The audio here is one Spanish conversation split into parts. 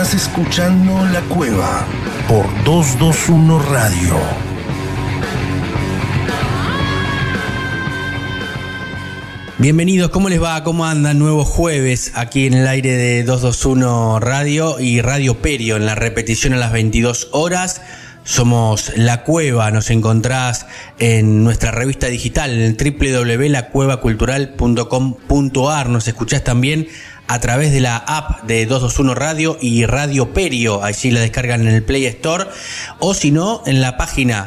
Estás escuchando La Cueva por 221 Radio. Bienvenidos, ¿cómo les va? ¿Cómo andan? Nuevo jueves aquí en el aire de 221 Radio y Radio Perio en la repetición a las 22 horas. Somos La Cueva, nos encontrás en nuestra revista digital en el www.lacuevacultural.com.ar. Nos escuchás también a través de la app de 221 Radio y Radio Perio, allí la descargan en el Play Store, o si no, en la página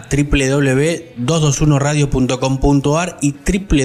www.221radio.com.ar y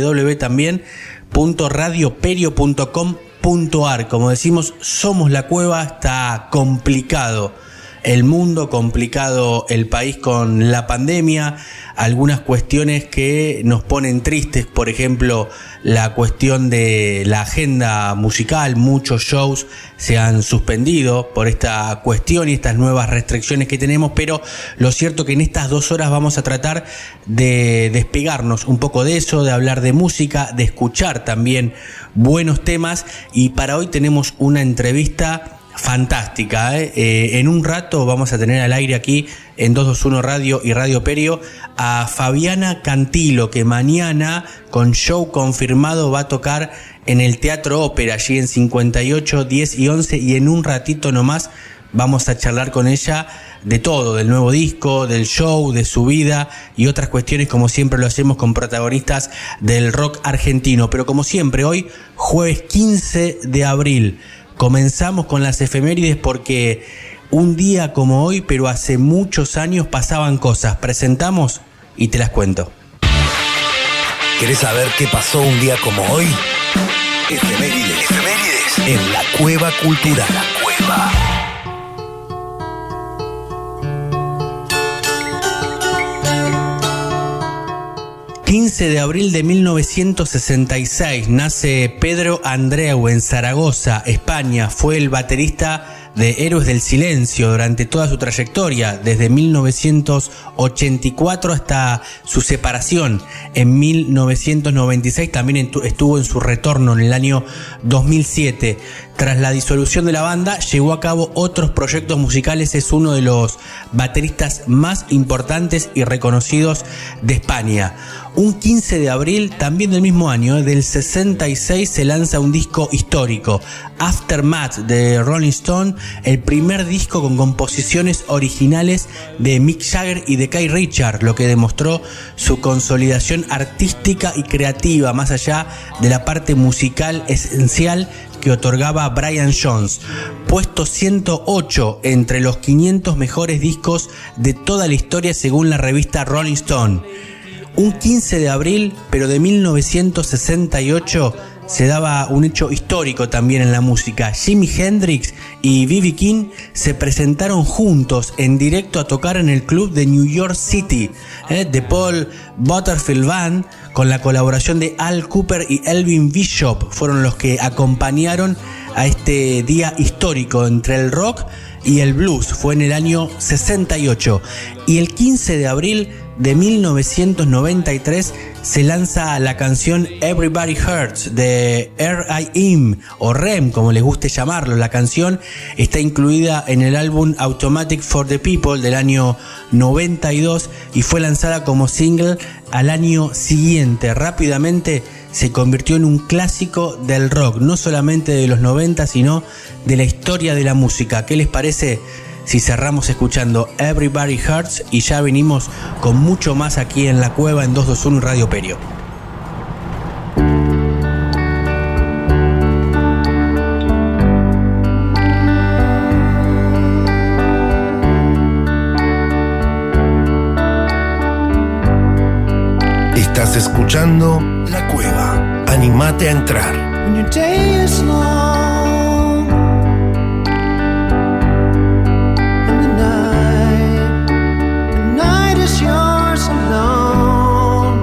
www.radioperio.com.ar. Como decimos, somos La Cueva. Está complicado el mundo, complicado el país con la pandemia, algunas cuestiones que nos ponen tristes, por ejemplo, la cuestión de la agenda musical. Muchos shows se han suspendido por esta cuestión y estas nuevas restricciones que tenemos, pero lo cierto que en estas 2 horas vamos a tratar de despegarnos un poco de eso, de hablar de música, de escuchar también buenos temas, y para hoy tenemos una entrevista fantástica. En un rato vamos a tener al aire aquí en 221 Radio y Radio Perio a Fabiana Cantilo, que mañana con show confirmado va a tocar en el Teatro Ópera, allí en 58, 10 y 11, y en un ratito nomás vamos a charlar con ella de todo, del nuevo disco, del show, de su vida y otras cuestiones, como siempre lo hacemos con protagonistas del rock argentino. Pero como siempre, hoy jueves 15 de abril comenzamos con las efemérides, porque un día como hoy, pero hace muchos años, pasaban cosas. Presentamos y te las cuento. ¿Querés saber qué pasó un día como hoy? Efemérides en La Cueva Cultural. La Cueva. 15 de abril de 1966 nace Pedro Andreu en Zaragoza, España. Fue el baterista de Héroes del Silencio durante toda su trayectoria, desde 1984 hasta su separación en 1996. También estuvo en su retorno en el año 2007. Tras la disolución de la banda, llevó a cabo otros proyectos musicales. Es uno de los bateristas más importantes y reconocidos de España. Un 15 de abril, también del mismo año, del 66, se lanza un disco histórico, Aftermath, de Rolling Stone, el primer disco con composiciones originales de Mick Jagger y de Keith Richards, lo que demostró su consolidación artística y creativa, más allá de la parte musical esencial que otorgaba Brian Jones. Puesto 108 entre los 500 mejores discos de toda la historia según la revista Rolling Stone. Un 15 de abril, pero de 1968, se daba un hecho histórico también en la música. Jimi Hendrix y B.B. King se presentaron juntos en directo a tocar en el club de New York City. The Paul Butterfield Band, con la colaboración de Al Cooper y Elvin Bishop, fueron los que acompañaron a este día histórico entre el rock y el blues. Fue en el año 68. Y el 15 de abril de 1993 se lanza la canción Everybody Hurts de R.I.M. o REM, como les guste llamarlo. La canción está incluida en el álbum Automatic for the People del año 92 y fue lanzada como single al año siguiente. Rápidamente se convirtió en un clásico del rock, no solamente de los 90, sino de la historia de la música. ¿Qué les parece si cerramos escuchando Everybody Hurts? Y ya venimos con mucho más aquí en La Cueva en 221 Radio Perio. Estás escuchando La Cueva. Anímate a entrar. When your day is long and the night is yours alone.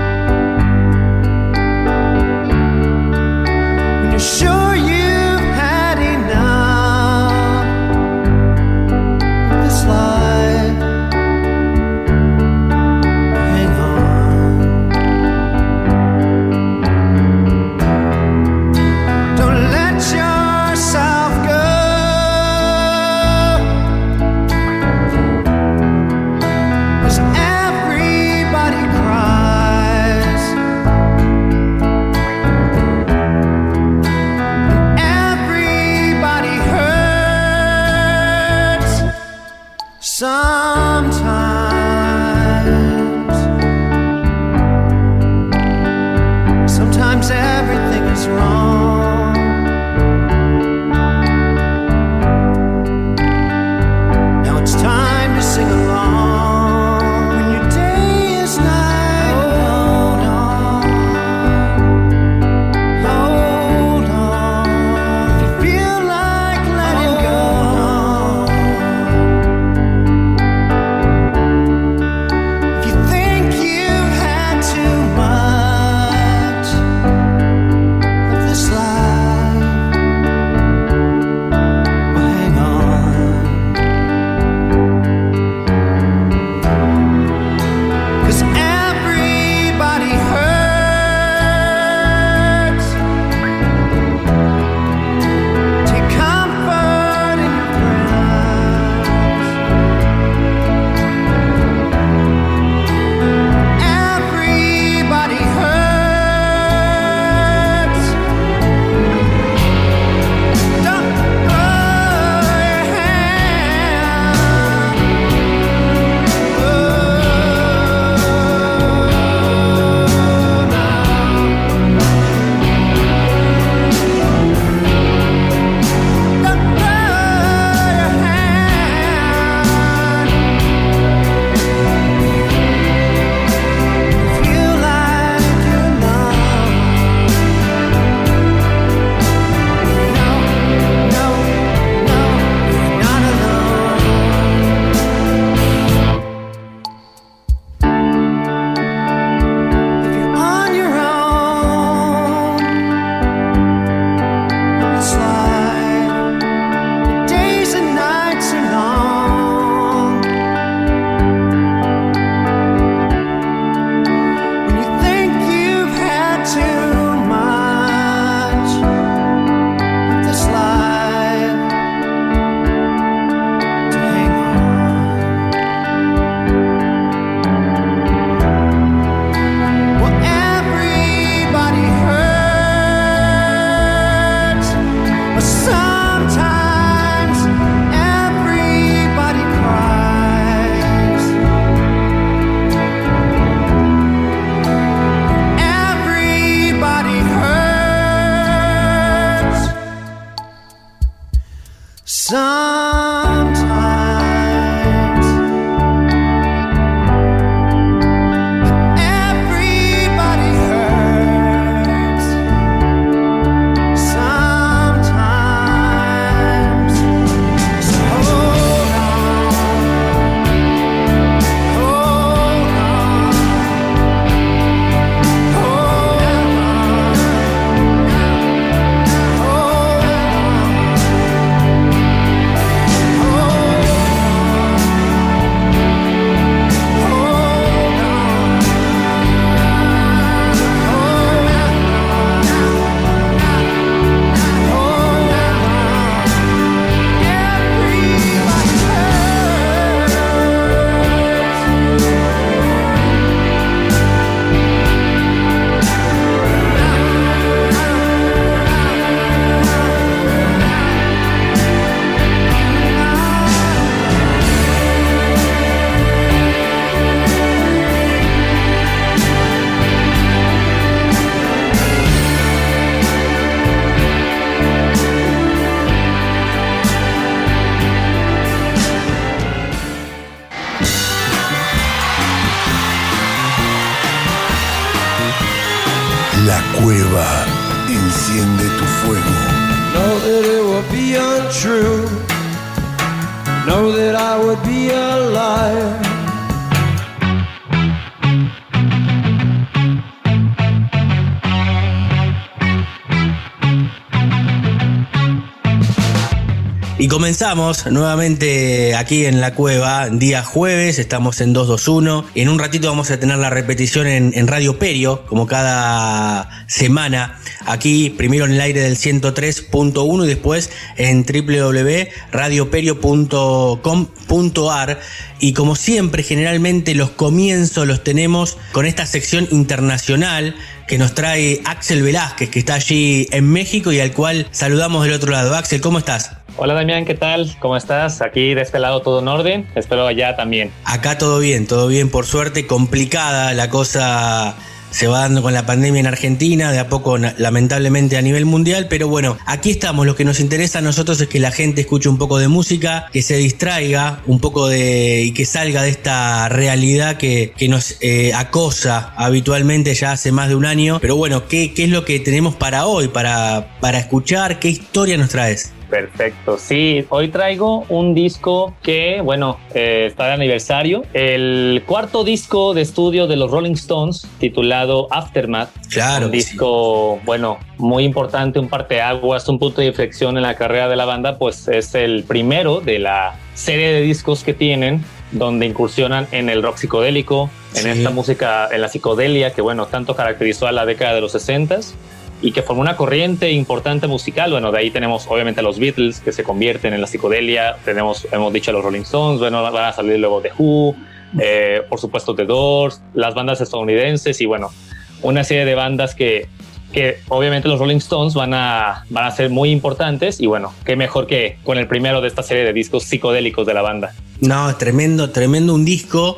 When you're sure you've had enough of this life, hang on. Don't let La Cueva enciende tu fuego. Know that it would be untrue. Know that I would be a liar. Y comenzamos nuevamente aquí en La Cueva, día jueves, estamos en 221. En un ratito vamos a tener la repetición en Radio Perio, como cada semana, aquí primero en el aire del 103.1 y después en www.radioperio.com.ar. Y como siempre, generalmente los comienzos los tenemos con esta sección internacional que nos trae Axel Velázquez, que está allí en México y al cual saludamos del otro lado. Axel, ¿cómo estás? Hola Damián, ¿qué tal? ¿Cómo estás? Aquí de este lado todo en orden, espero allá también. Acá todo bien, por suerte. Complicada la cosa se va dando con la pandemia en Argentina, de a poco lamentablemente a nivel mundial, pero bueno, aquí estamos. Lo que nos interesa a nosotros es que la gente escuche un poco de música, que se distraiga un poco y que salga de esta realidad que nos acosa habitualmente ya hace más de un año. Pero bueno, ¿qué es lo que tenemos para hoy, para escuchar? ¿Qué historia nos traes? Perfecto, sí, hoy traigo un disco que, bueno, está de aniversario. El cuarto disco de estudio de los Rolling Stones, titulado Aftermath. Claro. Un disco, bueno, muy importante, un parteaguas, un punto de inflexión en la carrera de la banda, pues es el primero de la serie de discos que tienen, donde incursionan en el rock psicodélico, en esta música, en la psicodelia, que, bueno, tanto caracterizó a la década de los 60s. Y que formó una corriente importante musical. Bueno, de ahí tenemos obviamente a los Beatles, que se convierten en la psicodelia. Hemos dicho a los Rolling Stones, bueno, van a salir luego The Who, por supuesto The Doors, las bandas estadounidenses y bueno, una serie de bandas que obviamente los Rolling Stones van a ser muy importantes y bueno, qué mejor que con el primero de esta serie de discos psicodélicos de la banda. No, tremendo un disco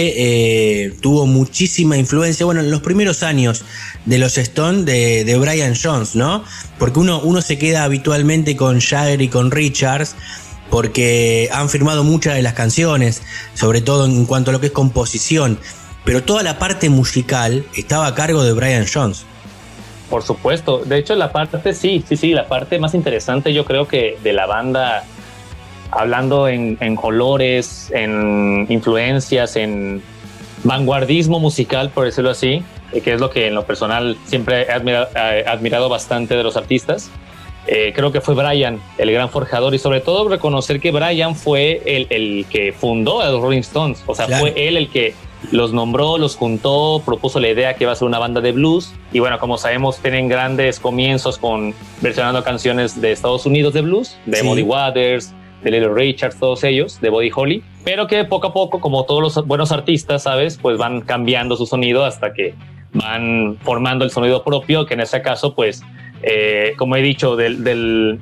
que tuvo muchísima influencia, bueno, en los primeros años de los Stones de Brian Jones, ¿no? Porque uno se queda habitualmente con Jagger y con Richards porque han firmado muchas de las canciones, sobre todo en cuanto a lo que es composición, pero toda la parte musical estaba a cargo de Brian Jones. Por supuesto, de hecho la parte la parte más interesante yo creo que de la banda, hablando en colores, en influencias, en vanguardismo musical, por decirlo así, que es lo que en lo personal siempre he admirado bastante de los artistas. Creo que fue Brian el gran forjador y sobre todo reconocer que Brian fue el que fundó a los Rolling Stones. O sea, claro, fue él el que los nombró, los juntó, propuso la idea que iba a ser una banda de blues y bueno, como sabemos tienen grandes comienzos versionando canciones de Estados Unidos de blues, de Muddy Waters, de Little Richard, todos ellos, de Buddy Holly, pero que poco a poco, como todos los buenos artistas, ¿sabes? Pues van cambiando su sonido hasta que van formando el sonido propio, que en este caso, pues, como he dicho, del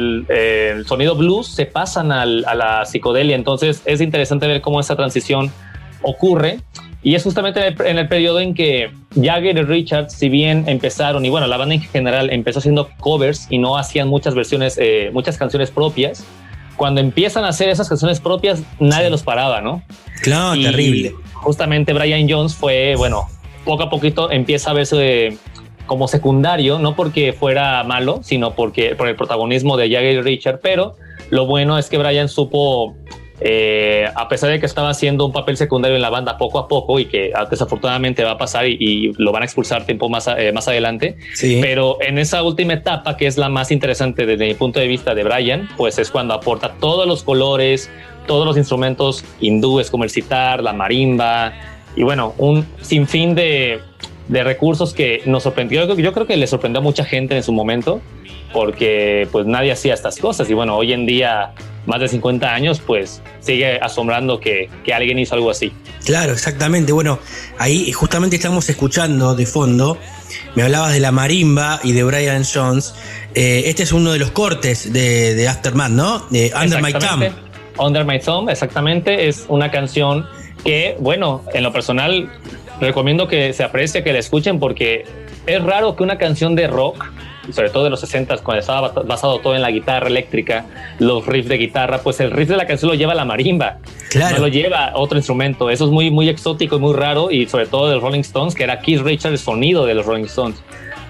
sonido blues se pasan a la psicodelia. Entonces es interesante ver cómo esa transición ocurre y es justamente en el periodo en que Jagger y Richards, si bien empezaron, y bueno, la banda en general empezó haciendo covers y no hacían muchas versiones, muchas canciones propias. Cuando empiezan a hacer esas canciones propias, nadie los paraba, ¿no? Claro, y terrible. Justamente Brian Jones fue, bueno, poco a poquito empieza a verse como secundario, no porque fuera malo, sino por el protagonismo de Jagger y Richard, pero lo bueno es que Brian supo, a pesar de que estaba haciendo un papel secundario en la banda poco a poco y que desafortunadamente va a pasar y lo van a expulsar tiempo más adelante, pero en esa última etapa, que es la más interesante desde mi punto de vista de Brian, pues es cuando aporta todos los colores, todos los instrumentos hindúes como el sitar, la marimba y bueno, un sinfín de recursos que nos sorprendió. Yo creo que le sorprendió a mucha gente en su momento porque pues nadie hacía estas cosas y bueno, hoy en día, más de 50 años, pues sigue asombrando que alguien hizo algo así. Claro, exactamente. Bueno, ahí justamente estamos escuchando de fondo, me hablabas de la marimba y de Brian Jones. Este es uno de los cortes de Aftermath, ¿no? Under My Thumb. Under My Thumb, exactamente. Es una canción que, bueno, en lo personal recomiendo que se aprecie, que la escuchen, porque es raro que una canción de rock, sobre todo de los 60s, cuando estaba basado todo en la guitarra eléctrica, los riffs de guitarra, pues el riff de la canción lo lleva la marimba, claro, no lo lleva otro instrumento. Eso es muy, muy exótico y muy raro, y sobre todo de los Rolling Stones, que era Keith Richards, el sonido de los Rolling Stones.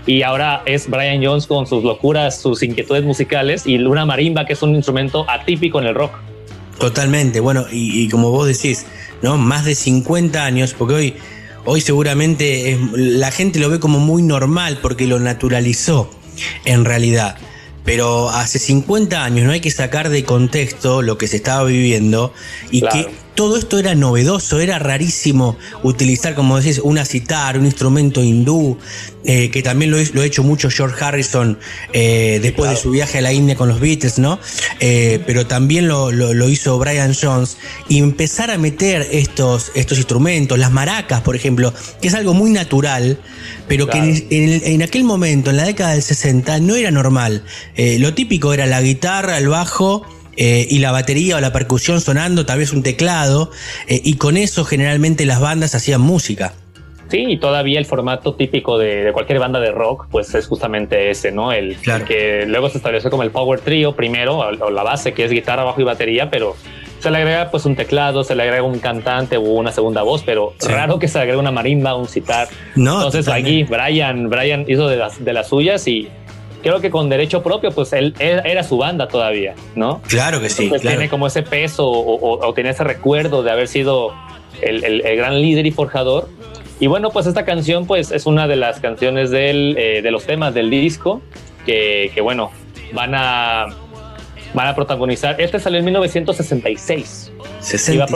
y ahora es Brian Jones con sus locuras, sus inquietudes musicales, y una marimba, que es un instrumento atípico en el rock. Totalmente, bueno, y como vos decís, ¿no? Más de 50 años, porque hoy seguramente la gente lo ve como muy normal porque lo naturalizó en realidad. Pero hace 50 años no hay que sacar de contexto lo que se estaba viviendo y claro, que todo esto era novedoso, era rarísimo utilizar, como decís, una sitar, un instrumento hindú, que también lo ha hecho mucho George Harrison después claro, de su viaje a la India con los Beatles, ¿no? Pero también lo hizo Brian Jones, y empezar a meter estos instrumentos, las maracas, por ejemplo, que es algo muy natural, pero claro, que en aquel momento, en la década del 60, no era normal. Lo típico era la guitarra, el bajo, y la batería o la percusión sonando, tal vez un teclado, y con eso generalmente las bandas hacían música. Sí, y todavía el formato típico de cualquier banda de rock, pues es justamente ese, ¿no? Claro, el que luego se estableció como el power trio primero, o la base, que es guitarra, bajo y batería, pero se le agrega pues un teclado, se le agrega un cantante o una segunda voz, pero sí, raro que se le agregue una marimba, un sitar. No, entonces totalmente. Aquí Brian hizo de las suyas, y creo que con derecho propio, pues él era su banda todavía, ¿no? Claro que sí. Entonces claro, tiene como ese peso o tiene ese recuerdo de haber sido el gran líder y forjador. Y bueno, pues esta canción pues es una de las canciones de los temas del disco que bueno, van a protagonizar. Este salió en 1966. Y va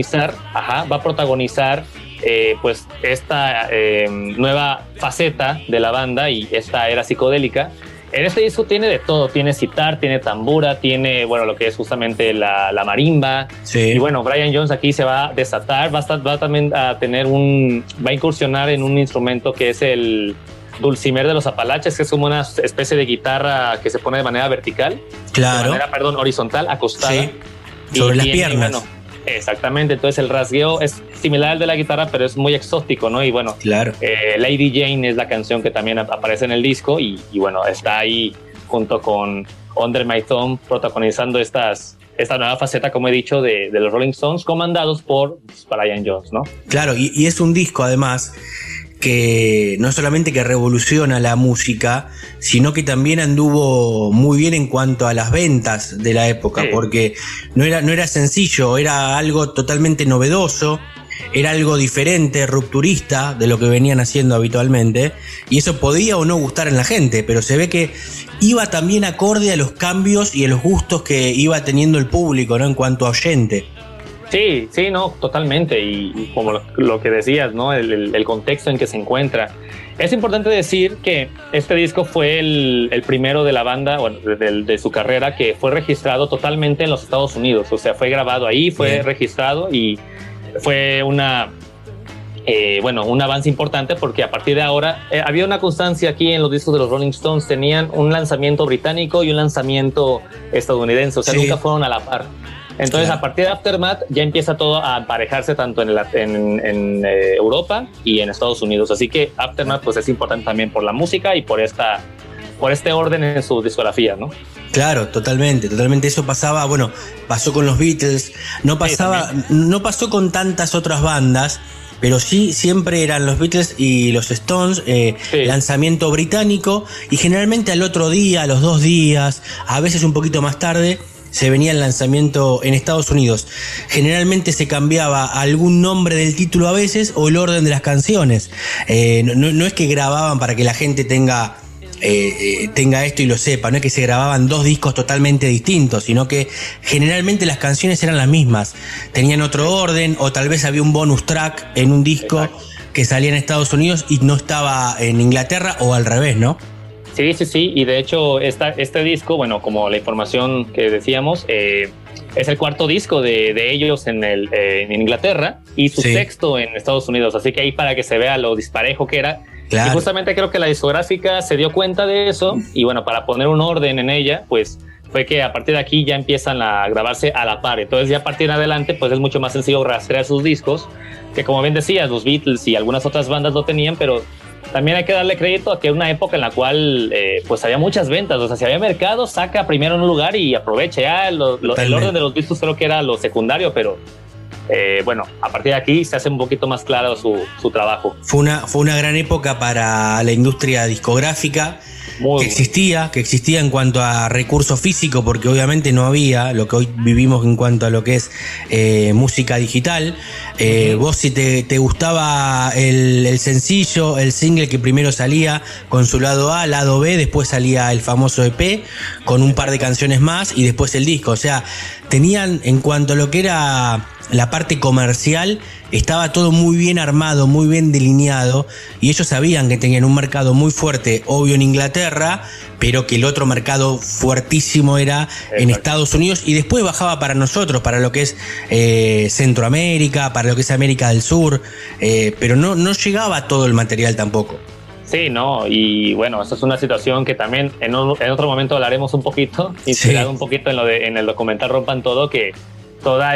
a protagonizar pues esta nueva faceta de la banda y esta era psicodélica. En este disco tiene de todo, tiene sitar, tiene tambura, tiene, bueno, lo que es justamente la marimba. Sí. Y bueno, Brian Jones aquí se va a desatar, va también a tener va a incursionar en un instrumento que es el dulcimer de los Apalaches, que es como una especie de guitarra que se pone de manera vertical. Claro. De manera, horizontal, acostada. Sí. Sobre las piernas. Bueno, exactamente, entonces el rasgueo es similar al de la guitarra, pero es muy exótico, ¿no? Y bueno, claro, Lady Jane es la canción que también aparece en el disco, y bueno, está ahí junto con Under My Thumb protagonizando esta nueva faceta, como he dicho, de los Rolling Stones, comandados por Brian Jones, ¿no? Claro, y es un disco además que no solamente que revoluciona la música, sino que también anduvo muy bien en cuanto a las ventas de la época, sí, porque no era sencillo, era algo totalmente novedoso, era algo diferente, rupturista de lo que venían haciendo habitualmente, y eso podía o no gustar en la gente, pero se ve que iba también acorde a los cambios y a los gustos que iba teniendo el público, ¿no? En cuanto a oyente. Sí, no, totalmente, y como lo que decías, ¿no? El contexto en que se encuentra. Es importante decir que este disco fue el primero de la banda, bueno, de su carrera, que fue registrado totalmente en los Estados Unidos. O sea, fue grabado ahí, fue registrado, y fue un avance importante, porque a partir de ahora había una constancia aquí en los discos de los Rolling Stones. Tenían un lanzamiento británico y un lanzamiento estadounidense, o sea, sí, nunca fueron a la par. Entonces, claro, a partir de Aftermath ya empieza todo a emparejarse tanto en Europa y en Estados Unidos. Así que Aftermath pues es importante también por la música y por este orden en su discografía, ¿no? Claro, totalmente. Eso pasó con los Beatles, no pasó con tantas otras bandas, pero sí siempre eran los Beatles y los Stones, sí, lanzamiento británico, y generalmente al otro día, a los 2 días, a veces un poquito más tarde, se venía el lanzamiento en Estados Unidos. Generalmente se cambiaba algún nombre del título a veces, o el orden de las canciones. No es que grababan para que la gente tenga esto y lo sepa, no es que se grababan 2 discos totalmente distintos, sino que generalmente las canciones eran las mismas. Tenían otro orden, o tal vez había un bonus track en un disco. Exacto, que salía en Estados Unidos y no estaba en Inglaterra, o al revés, ¿no? Sí, y de hecho este disco, bueno, como la información que decíamos, es el 4º disco de ellos en Inglaterra, y su 6º en Estados Unidos, así que ahí para que se vea lo disparejo que era. Claro. Y justamente creo que la discográfica se dio cuenta de eso, y bueno, para poner un orden en ella, pues fue que a partir de aquí ya empiezan a grabarse a la par. Entonces ya a partir de adelante pues es mucho más sencillo rastrear sus discos, que como bien decías, los Beatles y algunas otras bandas lo tenían, pero también hay que darle crédito a que era una época en la cual pues había muchas ventas. O sea, si había mercado, saca primero en un lugar y aprovecha. Ya el orden de los discos creo que era lo secundario, pero bueno, a partir de aquí se hace un poquito más claro su trabajo. Fue una gran época para la industria discográfica. Que existía en cuanto a recursos físicos, porque obviamente no había lo que hoy vivimos en cuanto a lo que es música digital. Vos, si te gustaba el sencillo, el single que primero salía con su lado A, lado B, después salía el famoso EP con un par de canciones más y después el disco. O sea, tenían, en cuanto a lo que era la parte comercial, estaba todo muy bien armado, muy bien delineado, y ellos sabían que tenían un mercado muy fuerte, obvio en Inglaterra, pero que el otro mercado fuertísimo era en Estados Unidos, y después bajaba para nosotros, para lo que es Centroamérica, para lo que es América del Sur, pero no llegaba todo el material tampoco. Sí, no, y bueno, esa es una situación que también en otro momento hablaremos un poquito, inspirado un poquito en el documental Rompan Todo, que toda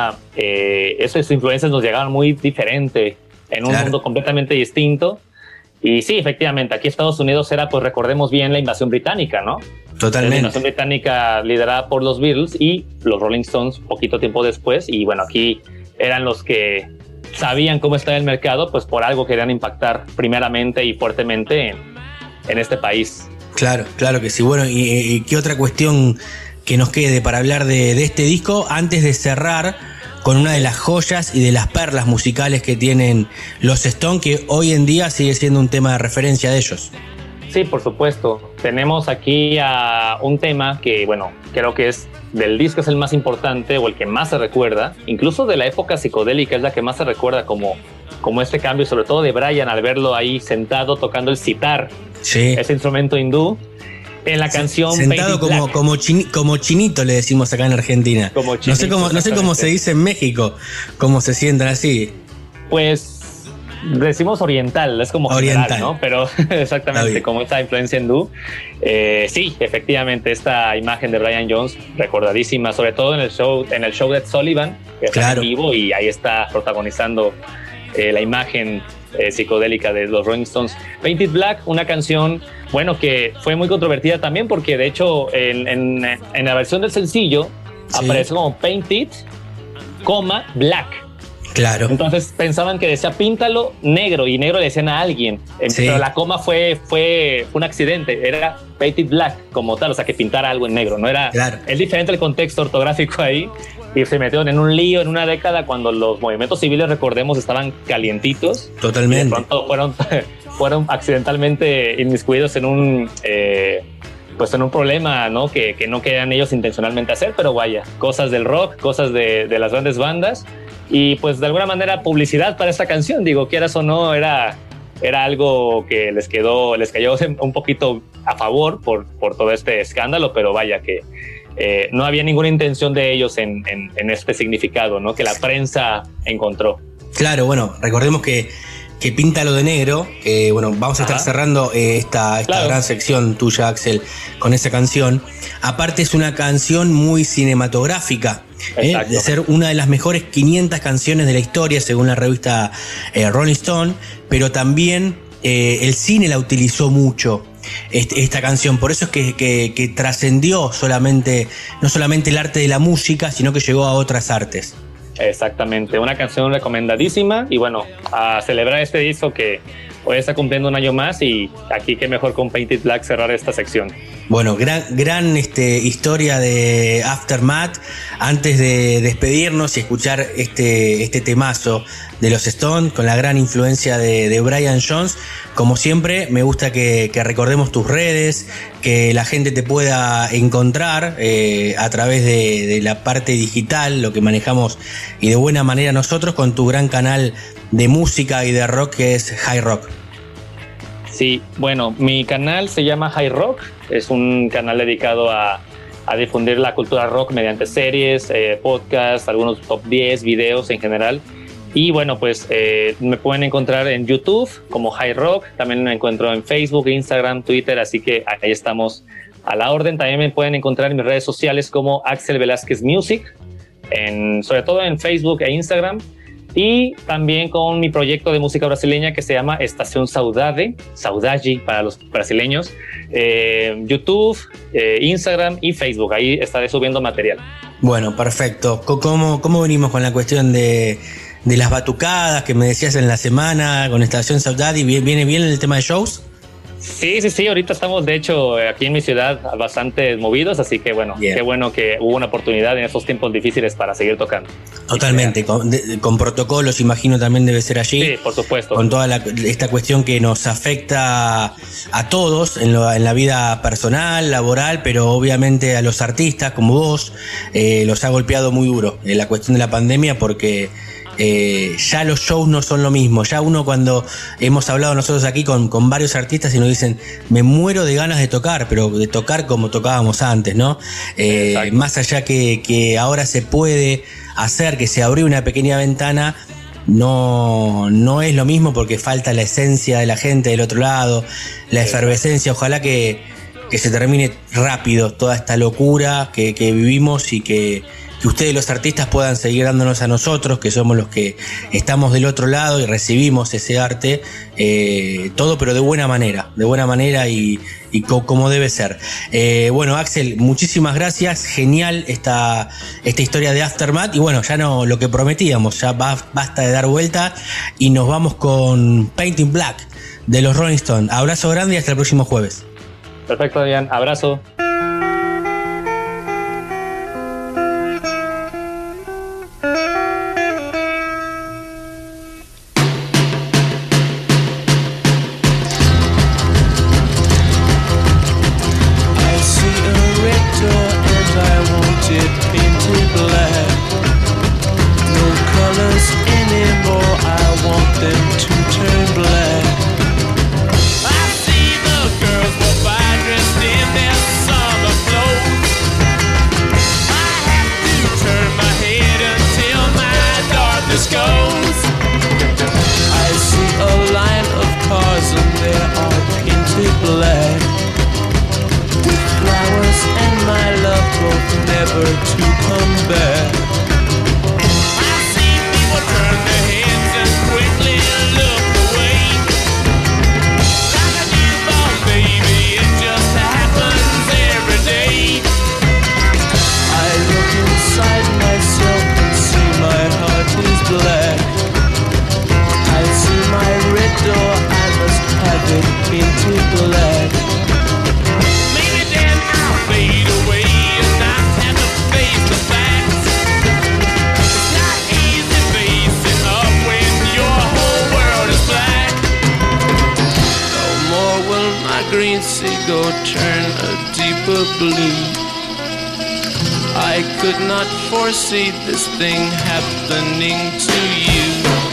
esas influencias nos llegaban muy diferente, en un mundo completamente distinto. Y sí, efectivamente, aquí Estados Unidos era, pues recordemos bien, la invasión británica, ¿no? Totalmente. La invasión británica liderada por los Beatles y los Rolling Stones poquito tiempo después. Y bueno, aquí eran los que sabían cómo estaba el mercado, pues por algo querían impactar primeramente y fuertemente en este país. Claro que sí. Bueno, ¿y qué otra cuestión que nos quede para hablar de este disco antes de cerrar con una de las joyas y de las perlas musicales que tienen los Stones, que hoy en día sigue siendo un tema de referencia de ellos? Sí, por supuesto. Tenemos aquí a un tema que, bueno, creo que es del disco es el más importante o el que más se recuerda, incluso de la época psicodélica es la que más se recuerda como este cambio, sobre todo de Brian al verlo ahí sentado tocando el sitar, ese instrumento hindú. En la canción sentado como chinito, le decimos acá en Argentina. Como chinito, no sé cómo se dice en México, cómo se sientan así. Pues decimos oriental, es como oriental, general, ¿no? Pero exactamente, como esta influencia hindú. Sí, efectivamente, esta imagen de Brian Jones, recordadísima, sobre todo en el show de Ed Sullivan, que está en vivo, y ahí está protagonizando la imagen psicodélica de los Rolling Stones. Painted Black, una canción, bueno, que fue muy controvertida también, porque de hecho en la versión del sencillo aparece como Painted, Black. Claro. Entonces pensaban que decía píntalo negro, y negro le decían a alguien, pero la coma fue un accidente, era Painted Black como tal, o sea, que pintara algo en negro, no era. Es diferente el contexto ortográfico ahí, y se metieron en un lío en una década cuando los movimientos civiles, recordemos, estaban calientitos. Totalmente. Y de pronto fueron accidentalmente inmiscuidos en un problema, ¿no? Que no querían ellos intencionalmente hacer, pero vaya, cosas del rock, cosas de las grandes bandas, y pues de alguna manera publicidad para esta canción, digo, quieras o no, era algo que les cayó un poquito a favor por todo este escándalo, pero vaya que no había ninguna intención de ellos en este significado, ¿no? Que la prensa encontró. Claro, bueno, recordemos que Píntalo de negro, bueno, vamos a estar cerrando esta gran sección tuya, Axel, con esa canción. Aparte es una canción muy cinematográfica, de ser una de las mejores 500 canciones de la historia, según la revista Rolling Stone, pero también el cine la utilizó mucho. Esta canción, por eso es que trascendió no solamente el arte de la música, sino que llegó a otras artes. Exactamente, una canción recomendadísima, y bueno, a celebrar este disco que hoy está cumpliendo un año más, y aquí qué mejor con Painted Black cerrar esta sección. Bueno, gran historia de Aftermath. Antes de despedirnos y escuchar este temazo de los Stones con la gran influencia de Brian Jones, como siempre me gusta que recordemos tus redes, que la gente te pueda encontrar a través de la parte digital, lo que manejamos y de buena manera nosotros, con tu gran canal de música y de rock que es High Rock. Sí, bueno, mi canal se llama High Rock, es un canal dedicado a difundir la cultura rock mediante series, podcasts, algunos top 10, videos en general. Y bueno, pues me pueden encontrar en YouTube como High Rock, también me encuentro en Facebook, Instagram, Twitter, así que ahí estamos a la orden. También me pueden encontrar en mis redes sociales como Axel Velázquez Music, sobre todo en Facebook e Instagram. Y también con mi proyecto de música brasileña que se llama Estación Saudade para los brasileños, YouTube, Instagram y Facebook, ahí estaré subiendo material. Bueno, perfecto. ¿Cómo venimos con la cuestión de las batucadas que me decías en la semana con Estación Saudade? ¿Viene bien el tema de shows? Sí, ahorita estamos de hecho aquí en mi ciudad bastante movidos, así que bueno, bien. Qué bueno que hubo una oportunidad en estos tiempos difíciles para seguir tocando. Totalmente, con protocolos imagino también debe ser allí. Sí, por supuesto. Con toda esta cuestión que nos afecta a todos en la vida personal, laboral, pero obviamente a los artistas como vos los ha golpeado muy duro la cuestión de la pandemia porque... ya los shows no son lo mismo. Ya uno, cuando hemos hablado nosotros aquí con varios artistas y nos dicen, me muero de ganas de tocar, pero de tocar como tocábamos antes, ¿no? Más allá que ahora se puede hacer, que se abrió una pequeña ventana, no es lo mismo porque falta la esencia de la gente del otro lado, la efervescencia. Ojalá que se termine rápido toda esta locura que vivimos y que ustedes los artistas puedan seguir dándonos a nosotros, que somos los que estamos del otro lado y recibimos ese arte, todo pero de buena manera y como debe ser. Bueno, Axel, muchísimas gracias, genial esta historia de Aftermath, y bueno, ya no lo que prometíamos, ya basta de dar vuelta y nos vamos con Painting Black de los Rolling Stones. Abrazo grande y hasta el próximo jueves. Perfecto, Adrián, abrazo. I could not foresee this thing happening to you.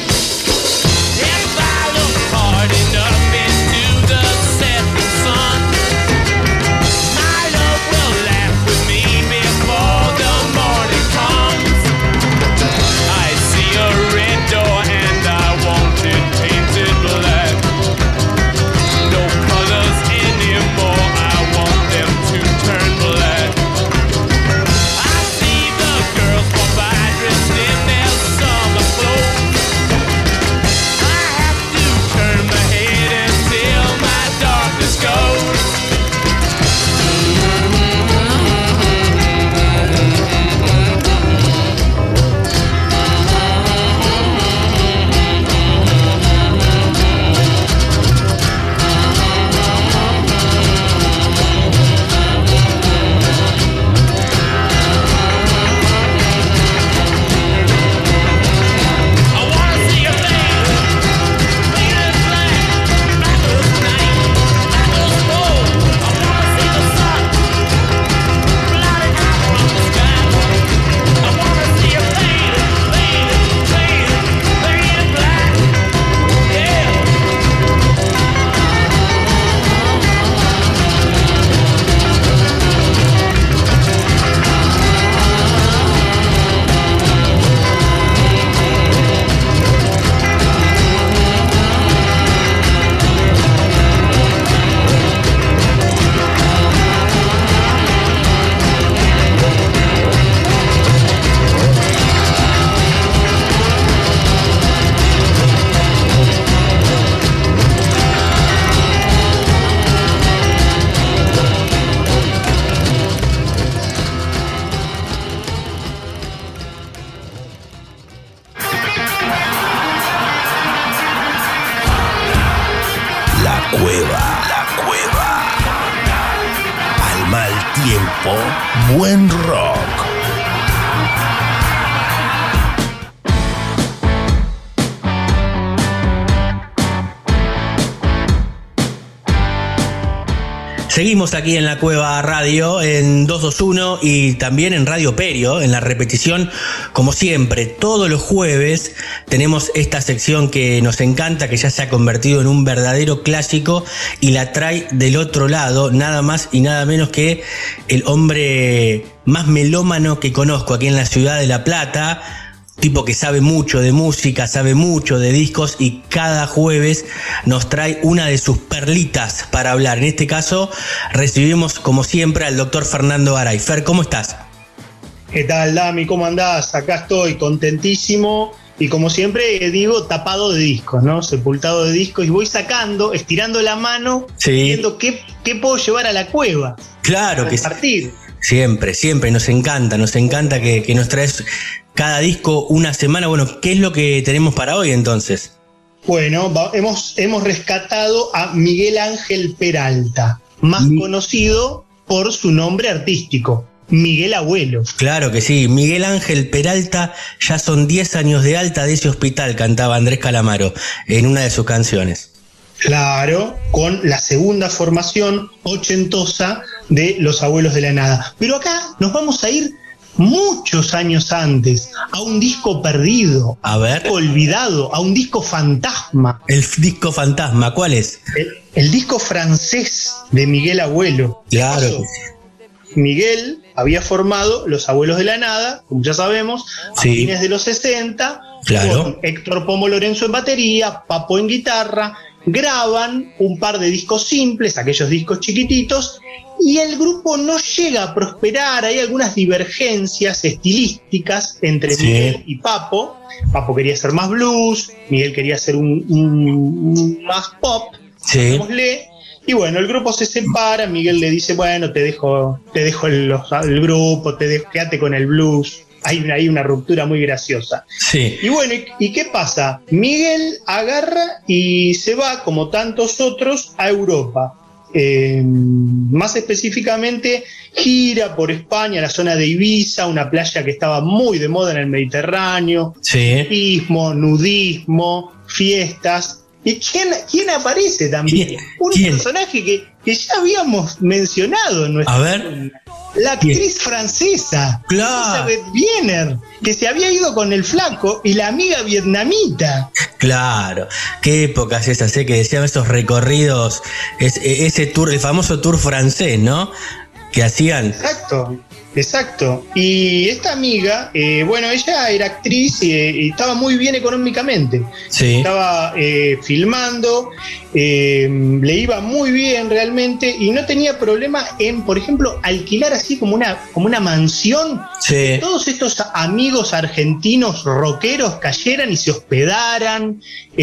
If I look hard enough into the setting sun, my love will laugh with me before the morning comes. I see a red door and I want it painted black. No colors anymore, I want them to turn black. I see the girls walk by dressed in their summer clothes. La Cueva. Al mal tiempo, buen rock. Seguimos aquí en La Cueva Radio, en 221 y también en Radio Perio, en la repetición, como siempre, todos los jueves tenemos esta sección que nos encanta, que ya se ha convertido en un verdadero clásico y la trae del otro lado, nada más y nada menos que el hombre más melómano que conozco aquí en la ciudad de La Plata. Tipo que sabe mucho de música, sabe mucho de discos y cada jueves nos trae una de sus perlitas para hablar. En este caso recibimos como siempre al doctor Fernando Garay. Fer, ¿cómo estás? ¿Qué tal, Dami? ¿Cómo andás? Acá estoy contentísimo y como siempre digo, tapado de discos, ¿no? Sepultado de discos y voy sacando, estirando la mano, viendo qué puedo llevar a la cueva. Claro que sí. Siempre, nos encanta que nos traes cada disco una semana. Bueno, ¿qué es lo que tenemos para hoy entonces? Bueno, hemos rescatado a Miguel Ángel Peralta, más conocido por su nombre artístico, Miguel Abuelo. Claro que sí, Miguel Ángel Peralta, ya son 10 años de alta de ese hospital, cantaba Andrés Calamaro en una de sus canciones. Claro, con la segunda formación ochentosa de Los Abuelos de la Nada. Pero acá nos vamos a ir muchos años antes, a un disco perdido, a ver, disco olvidado, a un disco fantasma. El disco fantasma, ¿cuál es? El disco francés de Miguel Abuelo. Claro. Miguel había formado Los Abuelos de la Nada, como ya sabemos, a fines de los 60, claro, con Héctor Pomo Lorenzo en batería, Papo en guitarra. Graban un par de discos simples, aquellos discos chiquititos, y el grupo no llega a prosperar. Hay algunas divergencias estilísticas entre Miguel y Papo. Papo quería hacer más blues, Miguel quería hacer un más pop, digámosle. Y bueno, el grupo se separa, Miguel le dice, bueno, te dejo el grupo, quédate con el blues. Hay una ruptura muy graciosa. Sí. Y bueno, ¿y qué pasa? Miguel agarra y se va, como tantos otros, a Europa. Más específicamente, gira por España, la zona de Ibiza, una playa que estaba muy de moda en el Mediterráneo. Turismo, nudismo, fiestas. ¿Y quién aparece también? ¿Quién? Personaje que ya habíamos mencionado en nuestra... A ver... La actriz francesa, Elizabeth Wiener, que se había ido con el flaco y la amiga vietnamita. Claro, qué épocas esas, que decían esos recorridos, ese tour, el famoso tour francés, ¿no? Que hacían. Exacto. Y esta amiga, bueno, ella era actriz y estaba muy bien económicamente. Estaba filmando, le iba muy bien realmente y no tenía problema en, por ejemplo, alquilar así como una mansión. Todos estos amigos argentinos rockeros cayeran y se hospedaran,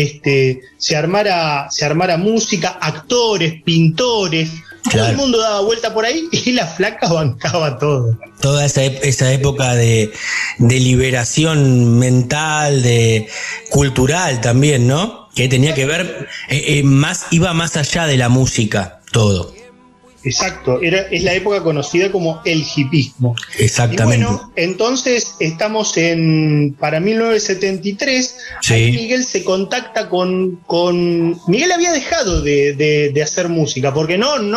se armara música, actores, pintores. Todo el mundo daba vuelta por ahí y la flaca bancaba todo. Toda esa época de liberación mental, cultural también, ¿no? Que tenía que ver, iba más allá de la música, todo. Exacto, es la época conocida como el hipismo. Exactamente. Y bueno, entonces estamos para 1973, ahí Miguel se contacta con... Miguel había dejado de hacer música, porque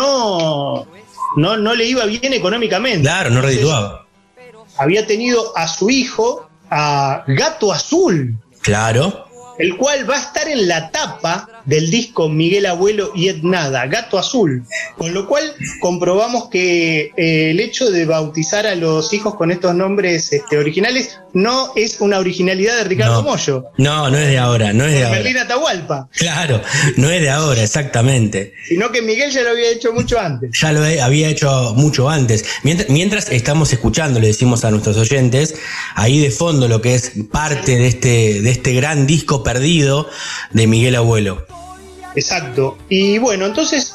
no le iba bien económicamente. Claro, no redituaba. Había tenido a su hijo, a Gato Azul. Claro. El cual va a estar en la tapa del disco Miguel Abuelo y Ed Nada, Gato Azul. Con lo cual comprobamos que el hecho de bautizar a los hijos con estos nombres originales no es una originalidad de Ricardo Mollo. No es de ahora, no es de ahora. Merlín Atahualpa. Claro, no es de ahora, exactamente. Sino que Miguel ya lo había hecho mucho antes. Ya lo había hecho mucho antes. Mientras estamos escuchando, le decimos a nuestros oyentes, ahí de fondo lo que es parte de este gran disco perdido de Miguel Abuelo. Exacto. Y bueno, entonces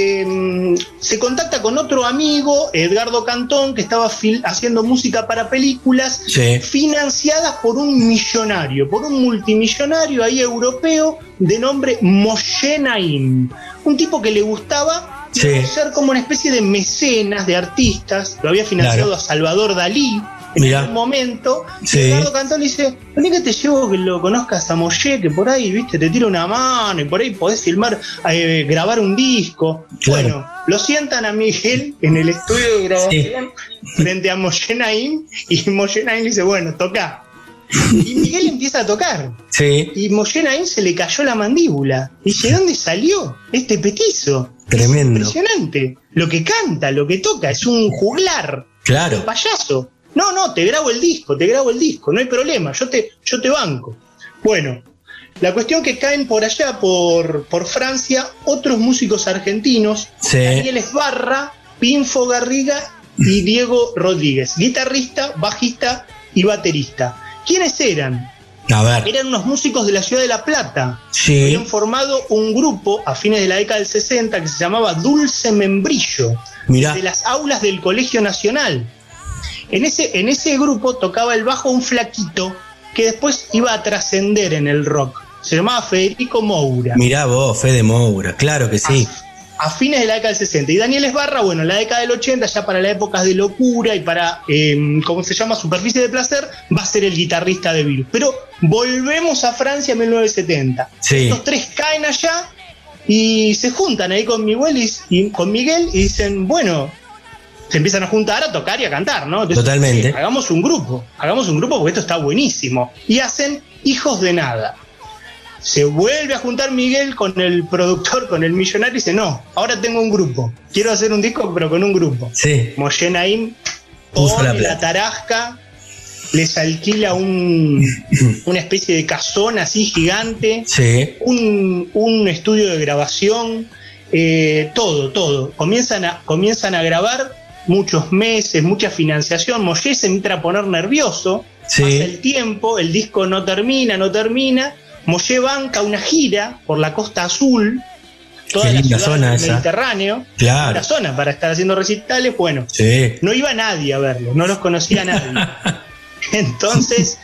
se contacta con otro amigo, Edgardo Cantón, que estaba haciendo música para películas financiadas por un millonario, por un multimillonario ahí europeo de nombre Moshe Naim. Un tipo que le gustaba ser como una especie de mecenas de artistas. Lo había financiado a Salvador Dalí en algún momento. Edgardo Cantón le dice: vení que te llevo que lo conozcas a Moshe, que por ahí, viste, te tira una mano y por ahí podés filmar, grabar un disco. Bueno, lo sientan a Miguel en el estudio de grabación frente a Moshe Naim, y Moshe Naim dice: bueno, toca. Y Miguel empieza a tocar. Y Moshe Naim se le cayó la mandíbula. Dice: ¿de dónde salió este petizo? Tremendo. Es impresionante. Lo que canta, lo que toca, es un juglar. Claro. Un payaso. No, te grabo el disco, no hay problema, yo te banco. Bueno, la cuestión que caen por allá, por Francia, otros músicos argentinos, Daniel Esbarra, Pinfo Garriga y Diego Rodríguez, guitarrista, bajista y baterista. ¿Quiénes eran? A ver. Eran unos músicos de la ciudad de La Plata. Habían formado un grupo a fines de la década del 60 que se llamaba Dulce Membrillo, de las aulas del Colegio Nacional. En ese grupo tocaba el bajo un flaquito que después iba a trascender en el rock. Se llamaba Federico Moura. Mirá vos, Fede Moura, claro que sí. A fines de la década del 60. Y Daniel Esbarra, bueno, en la década del 80, ya para la época de Locura y para, ¿cómo se llama? Superficie de Placer, va a ser el guitarrista de Virus. Pero volvemos a Francia en 1970. Estos tres caen allá y se juntan ahí con Miguel y dicen, bueno, se empiezan a juntar, a tocar y a cantar, ¿no? Entonces, totalmente. Hagamos un grupo porque esto está buenísimo. Y hacen Hijos de Nada. Se vuelve a juntar Miguel con el productor, con el millonario, y dice: no, ahora tengo un grupo. Quiero hacer un disco, pero con un grupo. Moshe Naim puso la tarasca, les alquila una especie de casón así gigante, un estudio de grabación, todo. Comienzan a grabar muchos meses, mucha financiación. Moshe se entra a poner nervioso, pasa el tiempo, el disco no termina. Moshe banca una gira por la Costa Azul, toda la ciudad del Mediterráneo, una zona para estar haciendo recitales. Bueno, no iba nadie a verlo, no los conocía nadie. Entonces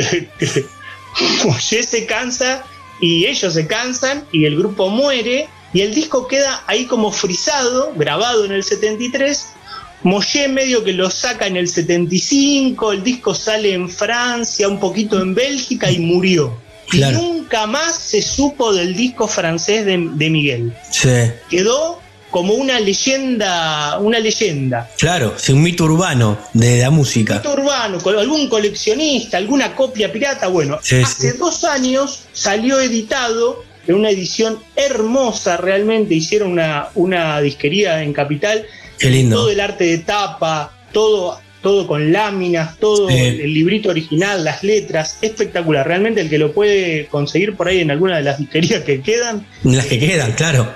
Moshe se cansa y ellos se cansan y el grupo muere y el disco queda ahí como frisado, grabado en el 73. Moshe medio que lo saca en el 75, el disco sale en Francia, un poquito en Bélgica y murió. Y nunca más se supo del disco francés de Miguel. Quedó como una leyenda. Claro, un mito urbano de la música. Un mito urbano, con algún coleccionista, alguna copia pirata. Bueno, hace 2 años salió editado en una edición hermosa, realmente. Hicieron una disquería en Capital. Qué lindo. Todo el arte de tapa, todo con láminas, todo el librito original, las letras, espectacular. Realmente el que lo puede conseguir por ahí en alguna de las disquerías que quedan. Las que quedan, claro.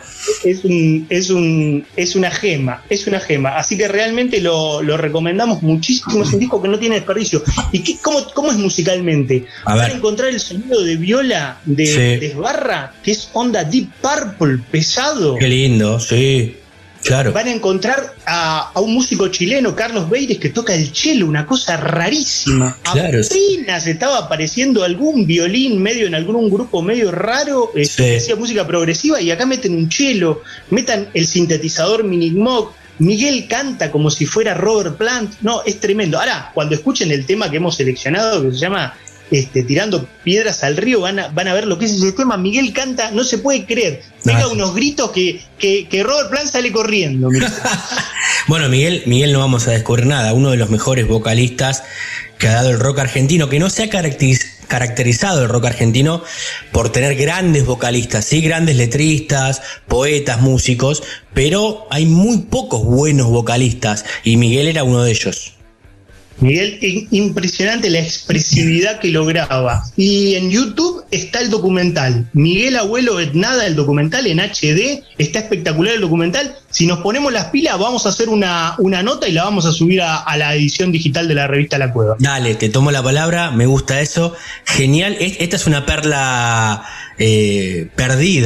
Es una gema. Así que realmente lo recomendamos muchísimo. Es un disco que no tiene desperdicio. ¿Y cómo es musicalmente? Van a encontrar el sonido de viola de Esbarra, que es onda Deep Purple, pesado. Qué lindo, claro. Van a encontrar a un músico chileno, Carlos Beires, que toca el cello, una cosa rarísima. Claro. Apenas estaba apareciendo algún violín medio en algún grupo medio raro, que hacía música progresiva, y acá meten un cello, metan el sintetizador Minimoog. Miguel canta como si fuera Robert Plant. No, es tremendo. Ahora, cuando escuchen el tema que hemos seleccionado, que se llama Tirando Piedras al Río, van a ver lo que es ese tema. Miguel canta, no se puede creer, pega unos gritos que Robert Plant sale corriendo. Bueno, Miguel no vamos a descubrir nada, uno de los mejores vocalistas que ha dado el rock argentino, que no se ha caracterizado el rock argentino por tener grandes vocalistas, sí, grandes letristas, poetas, músicos, pero hay muy pocos buenos vocalistas y Miguel era uno de ellos. Miguel, impresionante la expresividad que lograba. Y en YouTube está el documental. Miguel Abuelo et Nada, el documental en HD. Está espectacular el documental. Si nos ponemos las pilas, vamos a hacer una nota y la vamos a subir a la edición digital de la revista La Cueva. Dale, te tomo la palabra, me gusta eso. Genial. Esta es una perla perdida.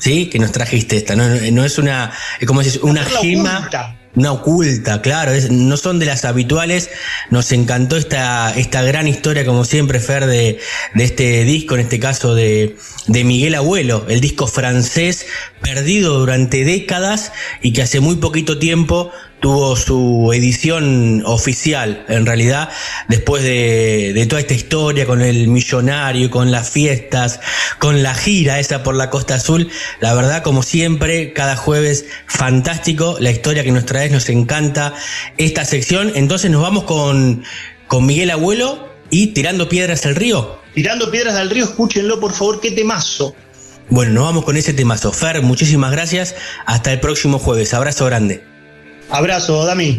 ¿sí? Que nos trajiste esta. No es una, como decís, una gema. Oculta. Una oculta, claro, no son de las habituales. Nos encantó esta gran historia, como siempre, Fer, de este disco, en este caso de Miguel Abuelo, el disco francés perdido durante décadas y que hace muy poquito tiempo tuvo su edición oficial, en realidad, después de toda esta historia con el millonario, con las fiestas, con la gira esa por la Costa Azul. La verdad, como siempre, cada jueves, fantástico la historia que nos traes, nos encanta esta sección. Entonces nos vamos con Miguel Abuelo y Tirando Piedras al Río. Tirando Piedras al Río, escúchenlo por favor, qué temazo. Bueno, nos vamos con ese temazo. Fer, muchísimas gracias, hasta el próximo jueves, abrazo grande. Abrazo, Dami.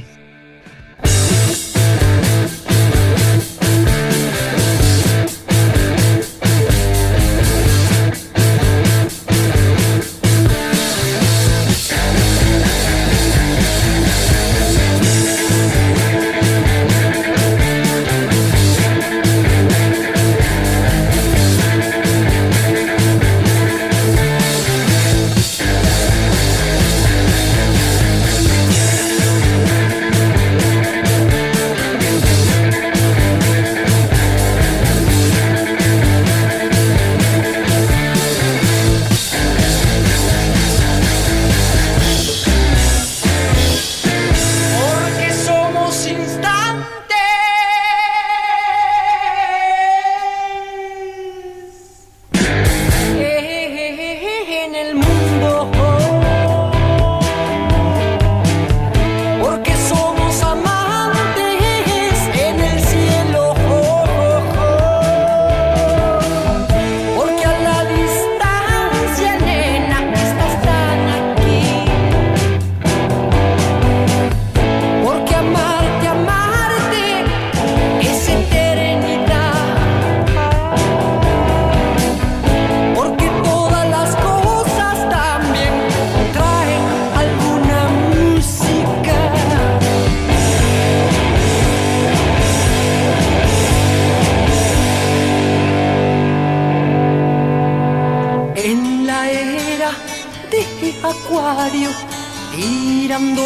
Acuario, tirando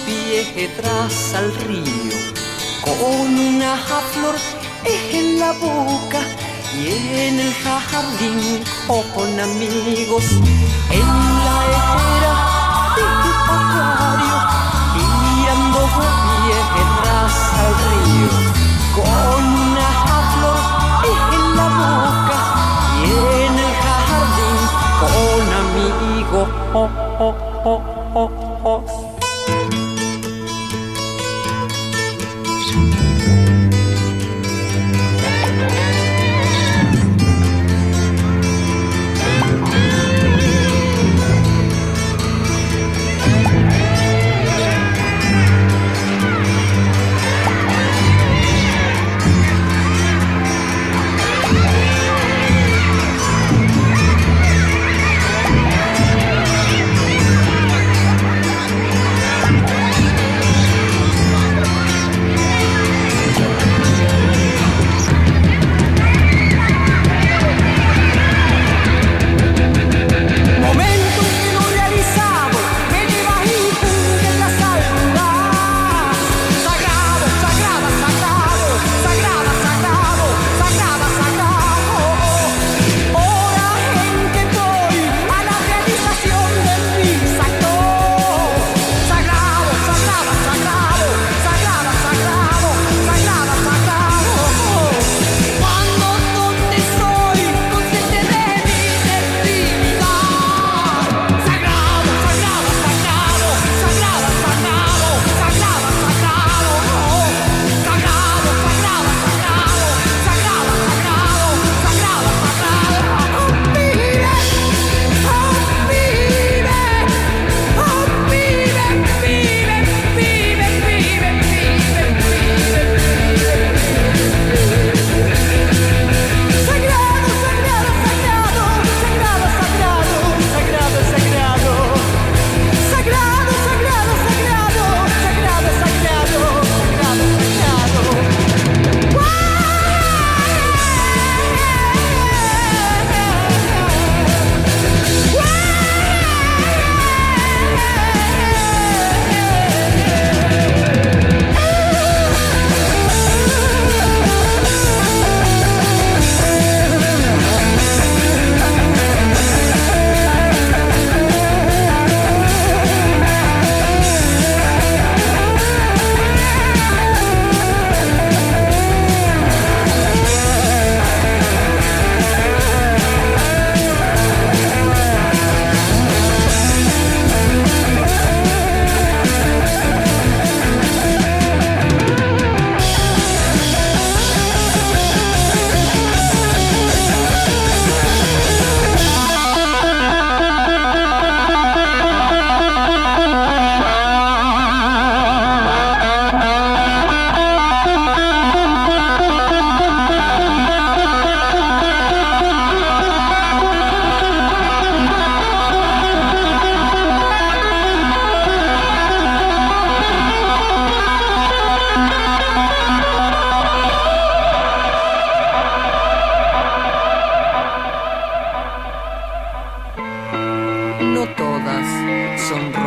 piedras al río, con una flor en la boca y en el jardín con amigos. En la era de Acuario, tirando piedras al río, con una flor en la boca y en el jardín con amigos. Oh, oh, oh, oh, oh.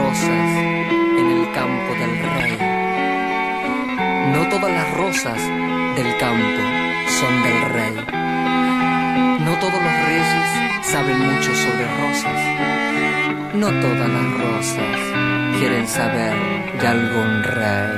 rosas en el campo del rey. No todas las rosas del campo son del rey. No todos los reyes saben mucho sobre rosas. No todas las rosas quieren saber de algún rey.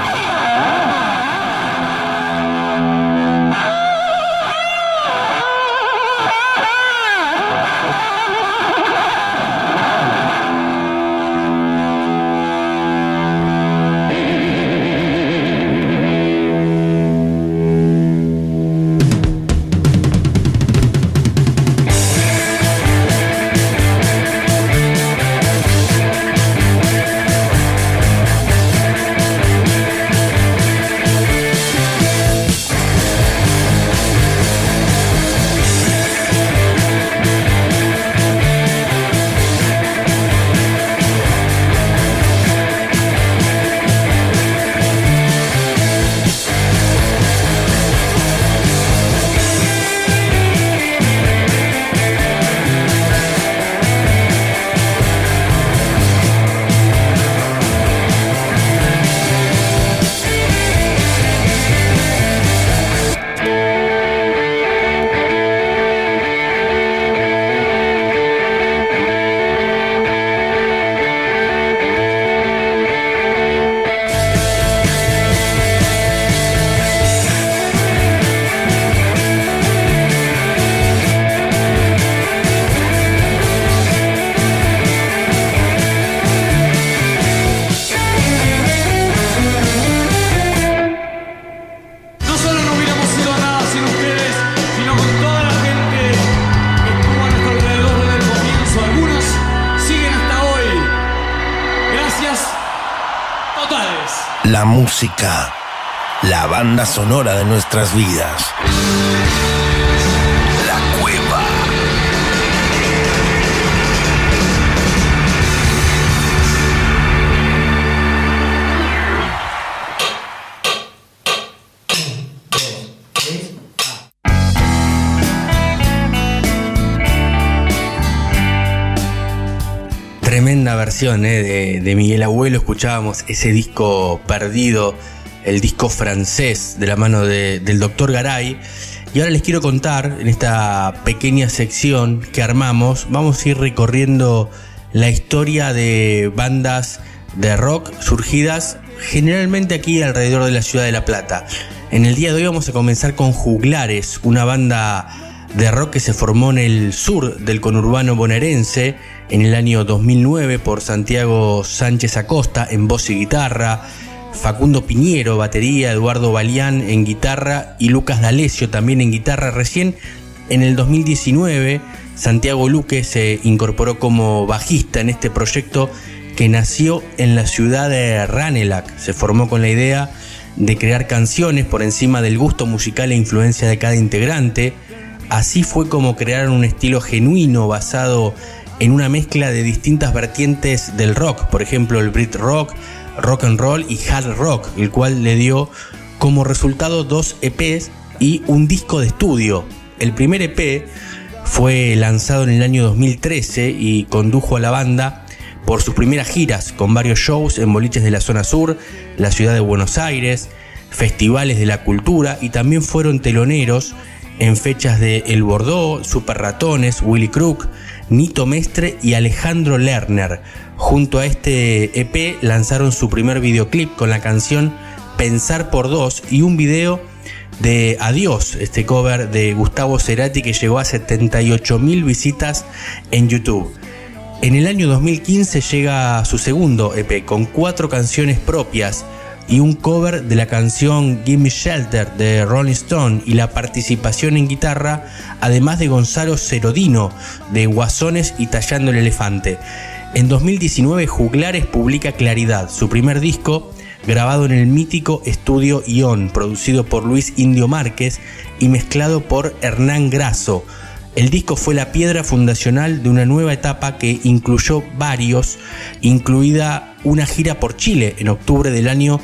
La música, la banda sonora de nuestras vidas. La Cueva. Tremenda versión de Miguel Abuelo. Escuchábamos ese disco perdido, el disco francés de la mano del Dr. Garay. Y ahora les quiero contar, en esta pequeña sección que armamos, vamos a ir recorriendo la historia de bandas de rock surgidas generalmente aquí alrededor de la ciudad de La Plata. En el día de hoy vamos a comenzar con Juglares, una banda de rock que se formó en el sur del conurbano bonaerense en el año 2009 por Santiago Sánchez Acosta en voz y guitarra, Facundo Piñero, batería, Eduardo Balián en guitarra y Lucas D'Alessio también en guitarra. Recién en el 2019 Santiago Luque se incorporó como bajista en este proyecto que nació en la ciudad de Ranelagh. Se formó con la idea de crear canciones por encima del gusto musical e influencia de cada integrante. Así fue como crearon un estilo genuino basado en una mezcla de distintas vertientes del rock, por ejemplo el Brit rock, rock and roll y hard rock, el cual le dio como resultado 2 EPs y un disco de estudio. El primer EP fue lanzado en el año 2013 y condujo a la banda por sus primeras giras con varios shows en boliches de la zona sur, la ciudad de Buenos Aires, festivales de la cultura, y también fueron teloneros en fechas de El Bordeaux, Super Ratones, Willy Crook, Nito Mestre y Alejandro Lerner. Junto a este EP lanzaron su primer videoclip con la canción Pensar por Dos y un video de Adiós, este cover de Gustavo Cerati que llegó a 78.000 visitas en YouTube. En el año 2015 llega su segundo EP con 4 canciones propias y un cover de la canción Give Me Shelter de Rolling Stone y la participación en guitarra además de Gonzalo Cerodino de Guasones y Tallando el Elefante. En 2019 Juglares publica Claridad, su primer disco grabado en el mítico estudio Ion, producido por Luis Indio Márquez y mezclado por Hernán Grasso. El disco fue la piedra fundacional de una nueva etapa que incluyó varios, incluida una gira por Chile en octubre del año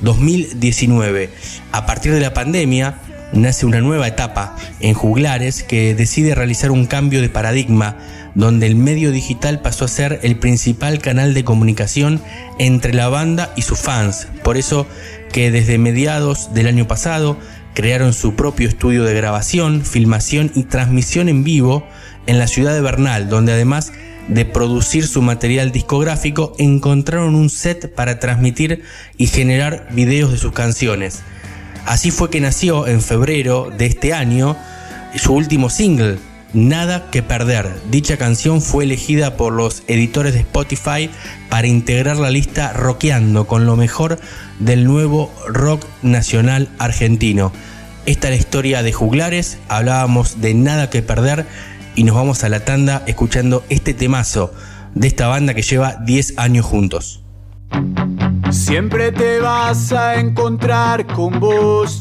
2019. A partir de la pandemia nace una nueva etapa en Juglares que decide realizar un cambio de paradigma donde el medio digital pasó a ser el principal canal de comunicación entre la banda y sus fans. Por eso que desde mediados del año pasado crearon su propio estudio de grabación, filmación y transmisión en vivo en la ciudad de Bernal, donde además de producir su material discográfico, encontraron un set para transmitir y generar videos de sus canciones. Así fue que nació en febrero de este año su último single, Nada que Perder. Dicha canción fue elegida por los editores de Spotify para integrar la lista Rockeando con lo mejor del nuevo rock nacional argentino. Esta es la historia de Juglares, hablábamos de Nada que Perder y nos vamos a la tanda escuchando este temazo de esta banda que lleva 10 años juntos. Siempre te vas a encontrar con vos,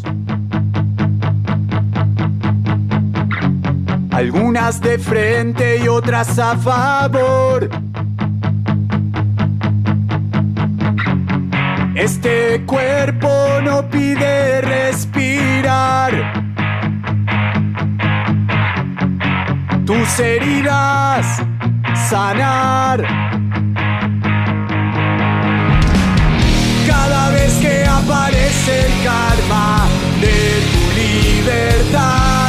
algunas de frente y otras a favor. Este cuerpo no pide respirar. Tus heridas sanar. Cada vez que aparece el karma de tu libertad,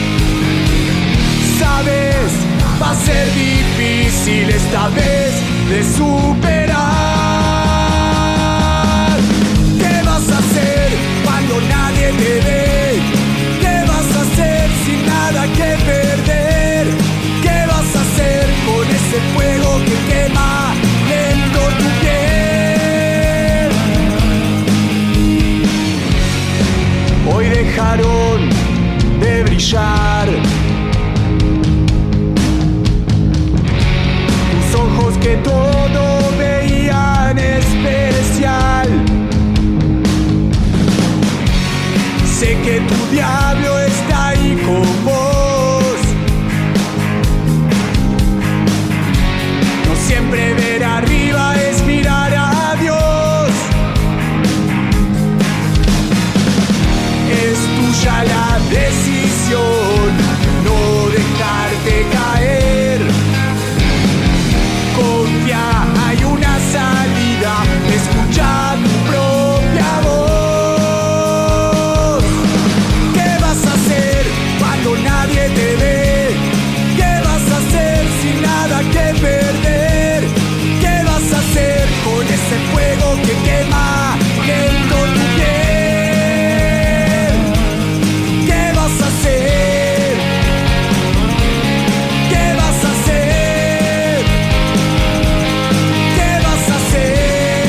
sabes, va a ser difícil esta vez de superar. ¿Qué vas a hacer cuando nadie te ve? ¿Qué vas a hacer sin nada que perder? ¿Qué vas a hacer con ese fuego que quema dentro tu piel? Hoy dejaron de brillar tus ojos que todo veían especial. Sé que tu diablo está ahí con vos. No siempre ver arriba es mirar a Dios. Es tuya la decisión, no dejarte caer. Confía, hay una salida, escucha tu propia voz. ¿Qué vas a hacer cuando nadie te ve? ¿Qué vas a hacer sin nada que perder? ¿Qué vas a hacer con ese fuego que quema dentro tu piel? ¿Qué vas a hacer? ¿Qué vas a hacer? ¿Qué vas a hacer?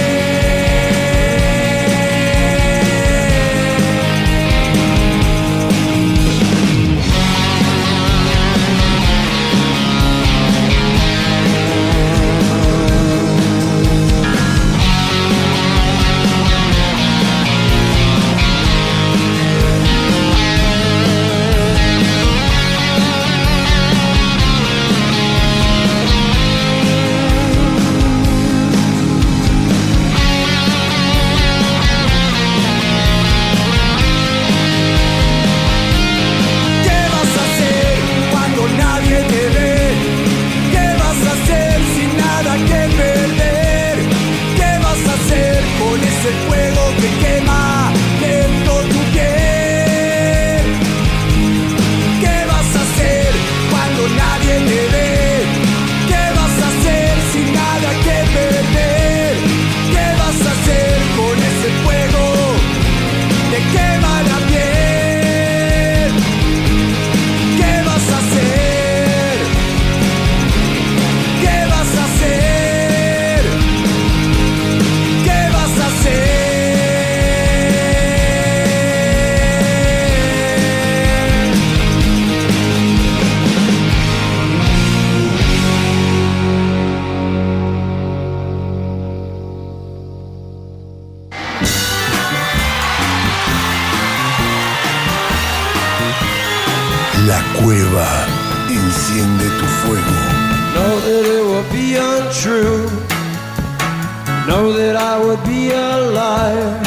¿Qué vas a hacer cuando nadie te ve? ¿Qué vas a hacer sin nada que perder? ¿Qué vas a hacer con ese fuego que quema dentro tu piel? ¿Qué vas a hacer cuando nadie te ve? ¿Qué vas a hacer sin nada que perder? ¿Qué vas a hacer con ese fuego que quema la piel? ¿Qué vas a hacer? ¿Qué vas a hacer? ¿Qué vas a hacer? La cueva enciende tu fuego. Know that it would be untrue. Know that I would be a liar.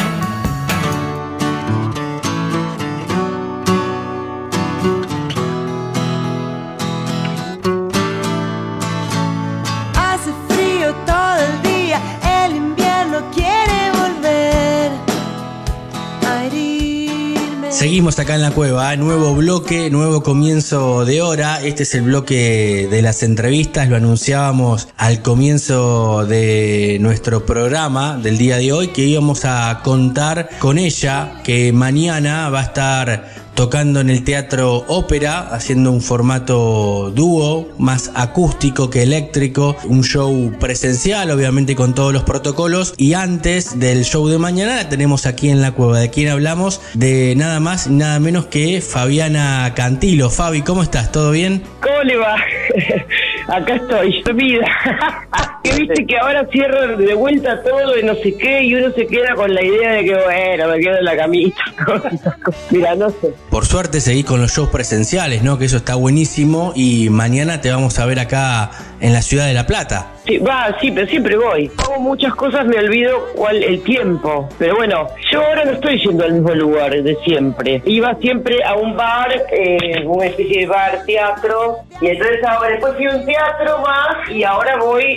Seguimos acá en la cueva, nuevo bloque, nuevo comienzo de hora. Este es el bloque de las entrevistas, lo anunciábamos al comienzo de nuestro programa del día de hoy, que íbamos a contar con ella, que mañana va a estar tocando en el Teatro Ópera, haciendo un formato dúo, más acústico que eléctrico, un show presencial, obviamente con todos los protocolos. Y antes del show de mañana la tenemos aquí en la cueva. ¿De quién hablamos? De nada más y nada menos que Fabiana Cantilo. Fabi, ¿cómo estás? ¿Todo bien? ¿Cómo le va? Acá estoy, dormida. Que viste que ahora cierro de vuelta todo y no sé qué, y uno se queda con la idea de que bueno, me quedo en la camita. Mira, no sé. Por suerte seguís con los shows presenciales, ¿no? Que eso está buenísimo, y mañana te vamos a ver acá en la ciudad de La Plata. Sí, sí, pero siempre voy. Hago muchas cosas, me olvido el tiempo. Pero bueno, yo ahora no estoy yendo al mismo lugar de siempre. Iba siempre a un bar, una especie de bar, teatro. Y entonces ahora después fui a un teatro más y ahora voy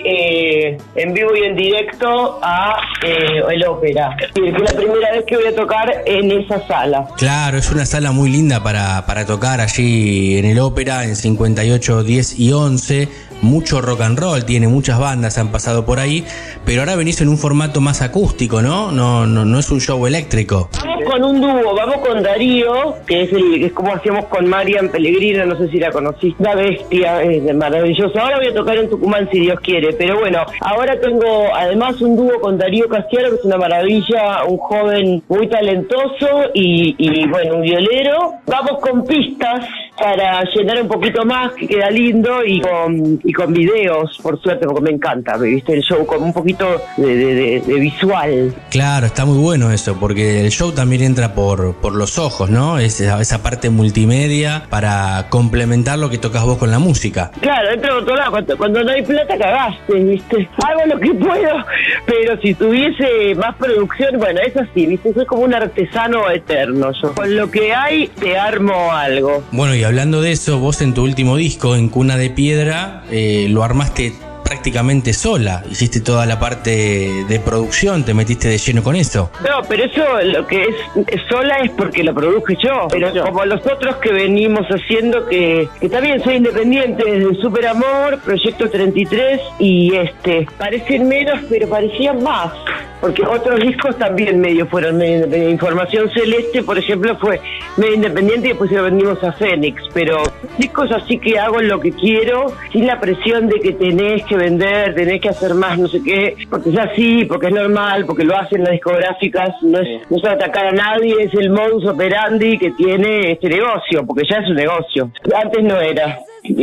en vivo y en directo a el Ópera. Y es la primera vez que voy a tocar en esa sala. Claro, es una sala muy linda para tocar allí en el Ópera, en 58, 10 y 11. Mucho rock and roll, tiene muchas bandas, han pasado por ahí, pero ahora venís en un formato más acústico, ¿no? No es un show eléctrico. Vamos con un dúo, vamos con Darío, que es como hacíamos con Marian Pellegrino, no sé si la conocí. La bestia, es maravillosa. Ahora voy a tocar en Tucumán si Dios quiere, pero bueno, ahora tengo además un dúo con Darío Casiaro, que es una maravilla, un joven muy talentoso y bueno, un violero. Vamos con pistas para llenar un poquito más, que queda lindo, y con videos, por suerte, porque me encanta, ¿viste? El show con un poquito de visual. Claro, está muy bueno eso, porque el show también entra por los ojos, ¿no? Esa parte multimedia para complementar lo que tocas vos con la música. Claro, entra por otro lado, cuando no hay plata cagaste, ¿viste? Hago lo que puedo, pero si tuviese más producción, bueno, es así, ¿viste? Soy como un artesano eterno yo. Con lo que hay, te armo algo. Bueno, y hablando de eso, vos en tu último disco, En Cuna de Piedra, lo armaste prácticamente sola, hiciste toda la parte de producción, te metiste de lleno con eso. No, pero eso lo que es sola es porque lo produje yo, pero como los otros que venimos haciendo, que también soy independiente, desde Super Amor, Proyecto 33 y parecen menos, pero parecían más, porque otros discos también fueron medio independientes. Información Celeste, por ejemplo, fue medio independiente y después lo vendimos a Fénix, pero discos así que hago lo que quiero, sin la presión de que tenés que vender, tenés que hacer más, no sé qué, porque es así, porque es normal, porque lo hacen las discográficas, no es atacar a nadie, es el modus operandi que tiene este negocio, porque ya es un negocio. Antes no era.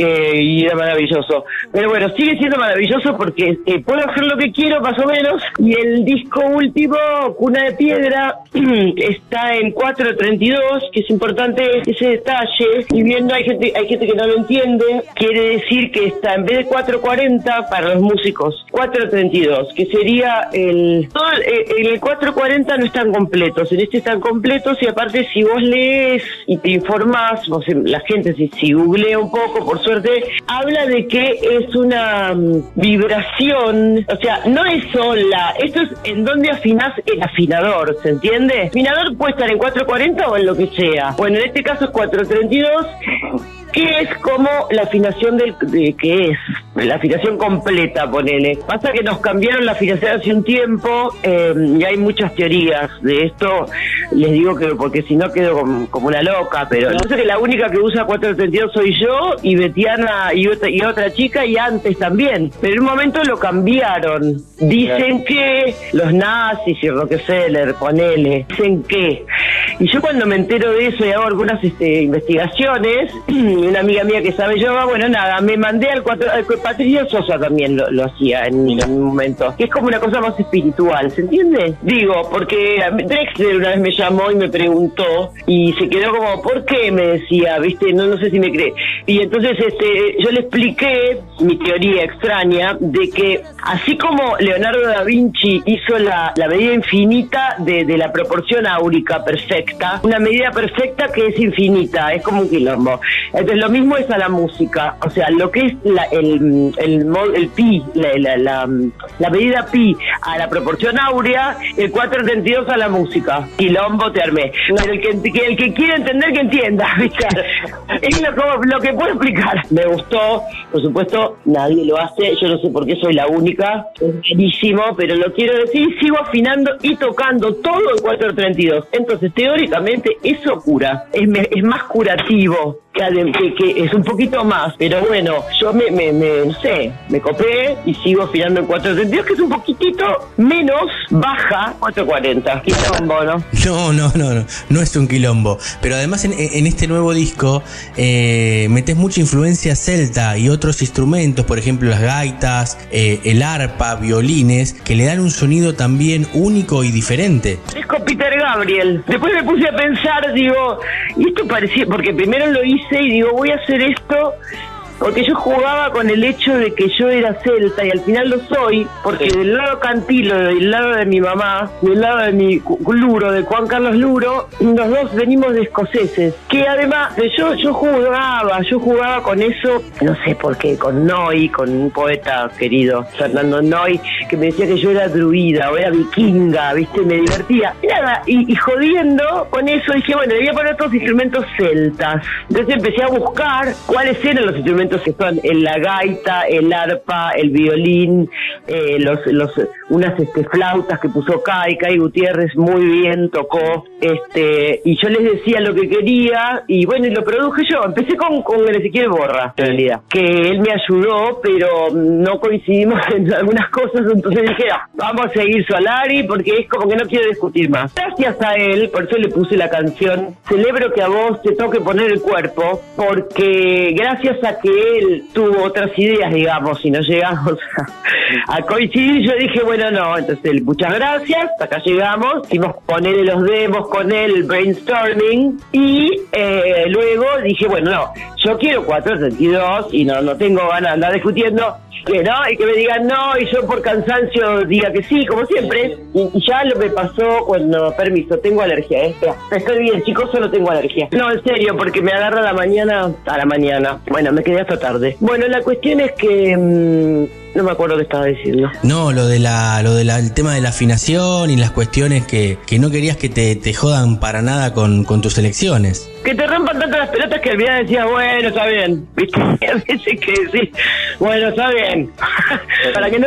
Y era maravilloso, pero bueno, sigue siendo maravilloso porque puedo hacer lo que quiero más o menos. Y el disco último, Cuna de Piedra, está en 4:32, que es importante ese detalle, y viendo hay gente que no lo entiende, quiere decir que está en vez de 4:40 para los músicos, 4:32, que sería en el 4:40 no están completos, en este están completos. Y aparte, si vos lees y te informás, la gente si googlea un poco, por suerte, habla de que es una vibración, o sea, no es sola, esto es en donde afinás el afinador, ¿se entiende? El afinador puede estar en 4:40 o en lo que sea. Bueno, en este caso es 4:32, que es como la afinación que es la afinación completa, ponele. Pasa que nos cambiaron la afinación hace un tiempo, y hay muchas teorías de esto. Les digo que porque si no quedo como una loca, pero yo sé que la única que usa 4:32 soy yo, y Betiana y otra chica, y antes también. Pero en un momento lo cambiaron. Dicen que los nazis y Rockefeller, ponele, dicen que. Y yo cuando me entero de eso y hago algunas investigaciones, una amiga mía que sabe yoga, bueno, nada, me mandé al Patricia Sosa también lo hacía en un momento, que es como una cosa más espiritual, ¿se entiende? Digo, porque Drexler una vez me llamó y me preguntó, y se quedó como, ¿por qué? Me decía, ¿viste? No sé si me cree. Y entonces yo le expliqué mi teoría extraña de que así como Leonardo da Vinci hizo la medida infinita de la proporción áurica perfecta, perfecta, una medida perfecta que es infinita, es como un quilombo. Entonces lo mismo es a la música, o sea, lo que es el pi, la medida pi a la proporción áurea, el 432 a la música. Quilombo te armé. Pero el que quiere entender, que entienda, ¿viste? Es lo que puedo explicar. Me gustó, por supuesto, nadie lo hace, yo no sé por qué soy la única, es buenísimo, pero lo quiero decir, sigo afinando y tocando todo el 432. Entonces, teóricamente, eso cura, es más curativo. Que es un poquito más, pero bueno, yo no sé, me copé y sigo afinando en 432, que es un poquitito menos baja 440. Quilombo, ¿no? No es un quilombo. Pero además en este nuevo disco metes mucha influencia celta y otros instrumentos, por ejemplo las gaitas, el arpa, violines, que le dan un sonido también único y diferente. Es con Peter Gabriel. Después me puse a pensar, digo, y esto parecía, porque primero lo hice y digo, voy a hacer esto porque yo jugaba con el hecho de que yo era celta y al final lo soy, porque del lado Cantilo, del lado de mi mamá, del lado de mi Luro, de Juan Carlos Luro, los dos venimos de escoceses, que además yo jugaba con eso, no sé por qué, con Noy, con un poeta querido, Fernando Noy, que me decía que yo era druida o era vikinga, viste, me divertía. Y jodiendo con eso dije, bueno, debía poner otros instrumentos celtas. Entonces empecé a buscar cuáles eran los instrumentos que son la gaita, el arpa, el violín, unas flautas que puso Kai Gutiérrez, muy bien tocó, y yo les decía lo que quería, y bueno, y lo produje yo. Empecé con el Ezequiel Borra, en realidad, que él me ayudó, pero no coincidimos en algunas cosas, entonces dije, vamos a seguir Solari, porque es como que no quiero discutir más. Gracias a él, por eso le puse la canción Celebro que a vos te toque poner el cuerpo, porque gracias a que él tuvo otras ideas, digamos, y no llegamos a coincidir, yo dije, bueno, no, entonces muchas gracias, acá llegamos, hicimos ponerle los demos con él, el brainstorming, y luego dije, bueno, no, yo quiero 432 y no tengo ganas de andar discutiendo, que no, y que me digan no, y yo por cansancio diga que sí, como siempre, y ya lo me pasó cuando, permiso, tengo alergia, estoy bien, chicos, solo tengo alergia. No, en serio, porque me agarra a la mañana, bueno, me quedé hasta tarde. Bueno, la cuestión es que no me acuerdo qué estaba diciendo. No, el tema de la afinación y las cuestiones que no querías que te jodan para nada con tus elecciones. Que te rompan tanto las pelotas que al final decías, bueno, está bien, ¿viste? A veces que decís, bueno, está bien. Para que no...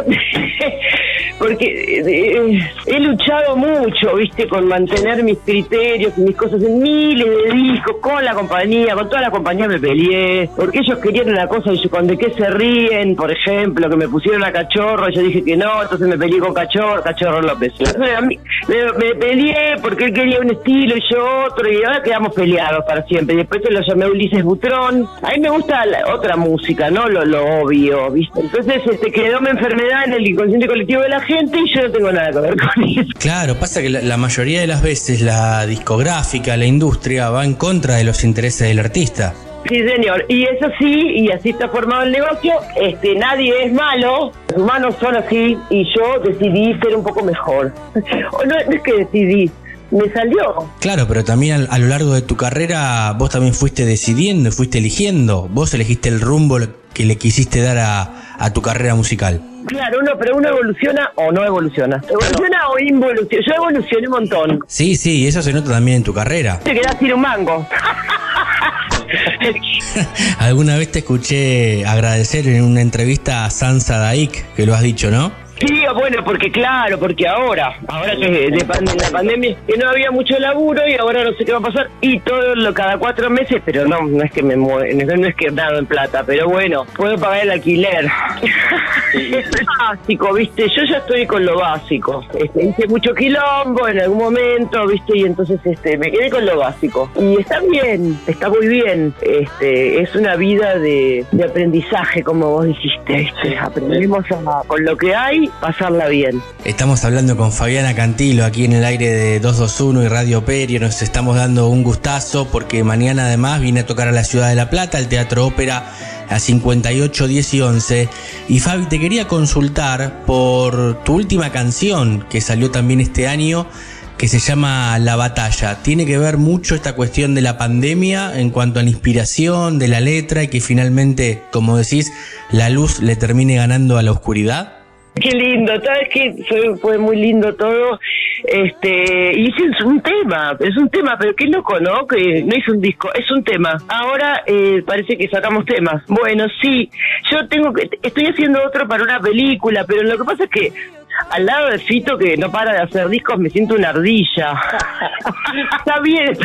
Porque he luchado mucho, ¿viste? Con mantener mis criterios y mis cosas en miles de discos, con la compañía, con toda la compañía me peleé, porque ellos querían una cosa y yo, ¿con de qué se ríen? Por ejemplo, que me pusieron a Cachorro, yo dije que no, entonces me peleé con Cachorro López. Me peleé porque él quería un estilo y yo otro, y ahora quedamos peleados para siempre. Y después te lo llamé Ulises Butrón. A mí me gusta otra música, no lo obvio, ¿viste? Entonces quedó mi enfermedad en el inconsciente colectivo de la gente y yo no tengo nada que ver con eso. Claro, pasa que la mayoría de las veces la discográfica, la industria va en contra de los intereses del artista. Sí, señor, y eso sí, y así está formado el negocio. Nadie es malo, los humanos son así, y yo decidí ser un poco mejor. No es que decidí, me salió. Claro, pero también a lo largo de tu carrera vos también fuiste decidiendo, fuiste eligiendo. Vos elegiste el rumbo que le quisiste dar a tu carrera musical. Claro, pero uno evoluciona o no evoluciona. ¿Evoluciona o involuciona? Yo evolucioné un montón. Sí, eso se nota también en tu carrera. Te quedás sin un mango. Alguna vez te escuché agradecer en una entrevista a Sansa Daik, que lo has dicho, ¿no? Sí, bueno, porque ahora que la pandemia, que no había mucho laburo y ahora no sé qué va a pasar, y cada 4 meses, pero no es que me mueve, no es que nada en plata, pero bueno, puedo pagar el alquiler. Es básico, ¿viste? Yo ya estoy con lo básico. Hice mucho quilombo en algún momento, ¿viste? Y entonces me quedé con lo básico. Y está bien, está muy bien. Es una vida de aprendizaje, como vos dijiste, ¿viste? Aprendemos con lo que hay, pasarla bien. Estamos hablando con Fabiana Cantilo aquí en el aire de 221 y Radio Perio. Nos estamos dando un gustazo porque mañana además viene a tocar a la Ciudad de La Plata, el Teatro Ópera, a 58, 10 y 11. Y Fabi, te quería consultar por tu última canción que salió también este año, que se llama La Batalla. ¿Tiene que ver mucho esta cuestión de la pandemia en cuanto a la inspiración de la letra y que finalmente, como decís, la luz le termine ganando a la oscuridad? Qué lindo, ¿sabes qué? Fue muy lindo todo. Y es un tema, pero qué loco, ¿no? Que no hice un disco, es un tema. Ahora parece que sacamos temas. Bueno, sí, estoy haciendo otro para una película, pero lo que pasa es que al lado de Fito, que no para de hacer discos, me siento una ardilla. Está bien.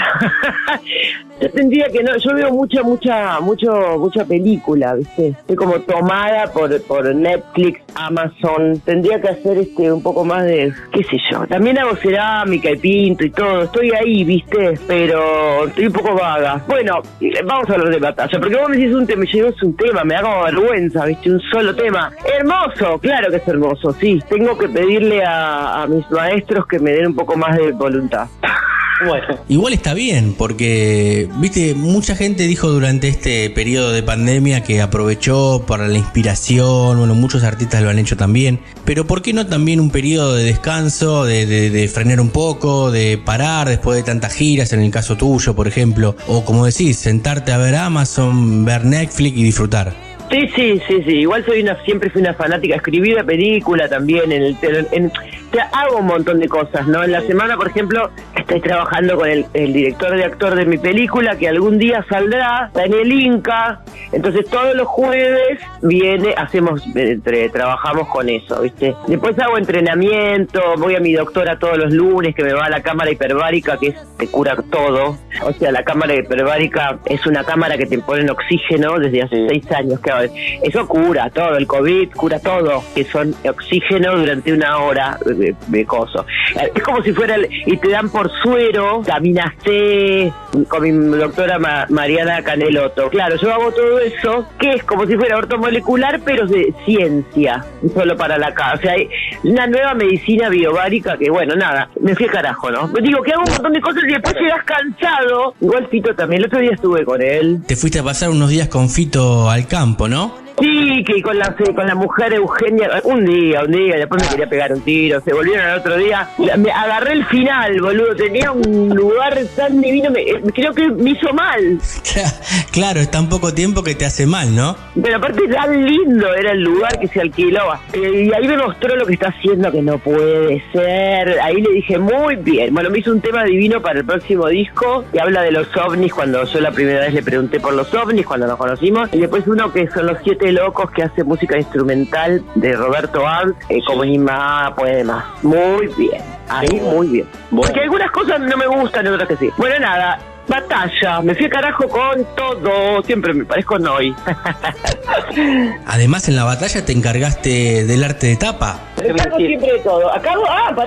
Yo tendría que no, yo veo mucha película, ¿viste? Estoy como tomada por Netflix, Amazon. Tendría que hacer un poco más de, qué sé yo. También hago cerámica y pinto y todo. Estoy ahí, ¿viste? Pero estoy un poco vaga. Bueno, vamos a hablar de Batalla, porque vos me decís un tema, es un tema, me da como vergüenza, ¿viste? Un solo tema. Hermoso, claro que es hermoso, sí. Tengo que pedirle a mis maestros que me den un poco más de voluntad. Bueno. Igual está bien, porque, viste, mucha gente dijo durante este periodo de pandemia que aprovechó para la inspiración, bueno, muchos artistas lo han hecho también, pero ¿por qué no también un periodo de descanso, de frenar un poco, de parar después de tantas giras, en el caso tuyo, por ejemplo, o como decís, sentarte a ver Amazon, ver Netflix y disfrutar? Sí. Igual siempre fui una fanática. Escribí la película también. Hago un montón de cosas, ¿no? En la semana, por ejemplo, estoy trabajando con el director de actor de mi película, que algún día saldrá, Daniel Inca. Entonces todos los jueves trabajamos con eso, ¿viste? Después hago entrenamiento, voy a mi doctora todos los lunes, que me va a la cámara hiperbárica, que te cura todo. O sea, la cámara hiperbárica es una cámara que te ponen oxígeno desde hace 6 años, que eso cura todo, el COVID cura todo, que son oxígeno durante 1 hora de coso. Es como si fuera, y te dan por suero, vitamina C, con mi doctora Mariana Caneloto. Claro, yo hago todo eso, que es como si fuera ortomolecular, pero de ciencia, solo para la casa. O sea, hay una nueva medicina biobárica que, bueno, nada, me fui al carajo, ¿no? Digo que hago un montón de cosas y después llegas cansado. Igual Fito también, el otro día estuve con él. Te fuiste a pasar unos días con Fito al campo, ¿no? Sí, que con la mujer Eugenia, un día, después me quería pegar un tiro, se volvieron al otro día, me agarré el final, boludo, tenía un lugar tan divino, creo que me hizo mal. Claro, es tan poco tiempo que te hace mal, ¿no? Pero aparte tan lindo era el lugar que se alquiló, y ahí me mostró lo que está haciendo, que no puede ser, ahí le dije, muy bien, bueno, me hizo un tema divino para el próximo disco, que habla de los ovnis, cuando yo la primera vez le pregunté por los ovnis, cuando nos conocimos, y después uno que son los 7 locos, que hace música instrumental, de Roberto Arlt, como ni más puede más. Muy bien, ahí muy bien. Porque algunas cosas no me gustan, otras que sí. Bueno, nada, Batalla, me fui a carajo con todo, siempre me parezco Noy. Además, en La Batalla te encargaste del arte de tapa. Me encargo siempre de todo. Acabo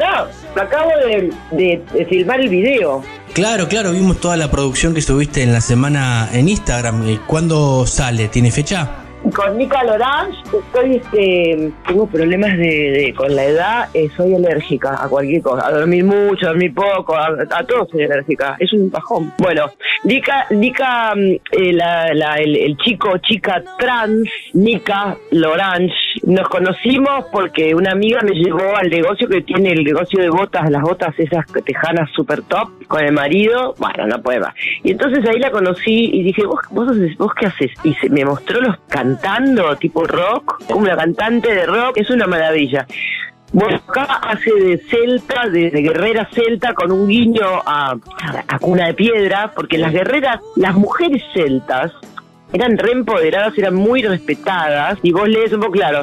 de filmar el video. Claro, vimos toda la producción que subiste en la semana en Instagram. ¿Cuándo sale? ¿Tiene fecha? Con Nica Lorange tengo problemas con la edad, soy alérgica a cualquier cosa, a dormir mucho, a dormir poco, a todo soy alérgica, es un bajón. Bueno, Nica, el chica trans, Nica Lorange, nos conocimos porque una amiga me llevó al negocio que tiene el negocio de botas, las botas esas tejanas super top, con el marido, bueno, no puede más. Y entonces ahí la conocí y dije, ¿vos qué haces? Y me mostró los cantando, tipo rock, como una cantante de rock, es una maravilla. Bueno, acá hace de celta, de guerrera celta, con un guiño a Cuna de Piedra, porque las guerreras, las mujeres celtas, eran re empoderadas, eran muy respetadas, y vos lees un poco claro.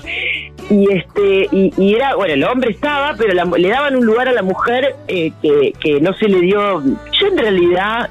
Y era, bueno, el hombre estaba, pero le daban un lugar a la mujer que no se le dio. Yo en realidad,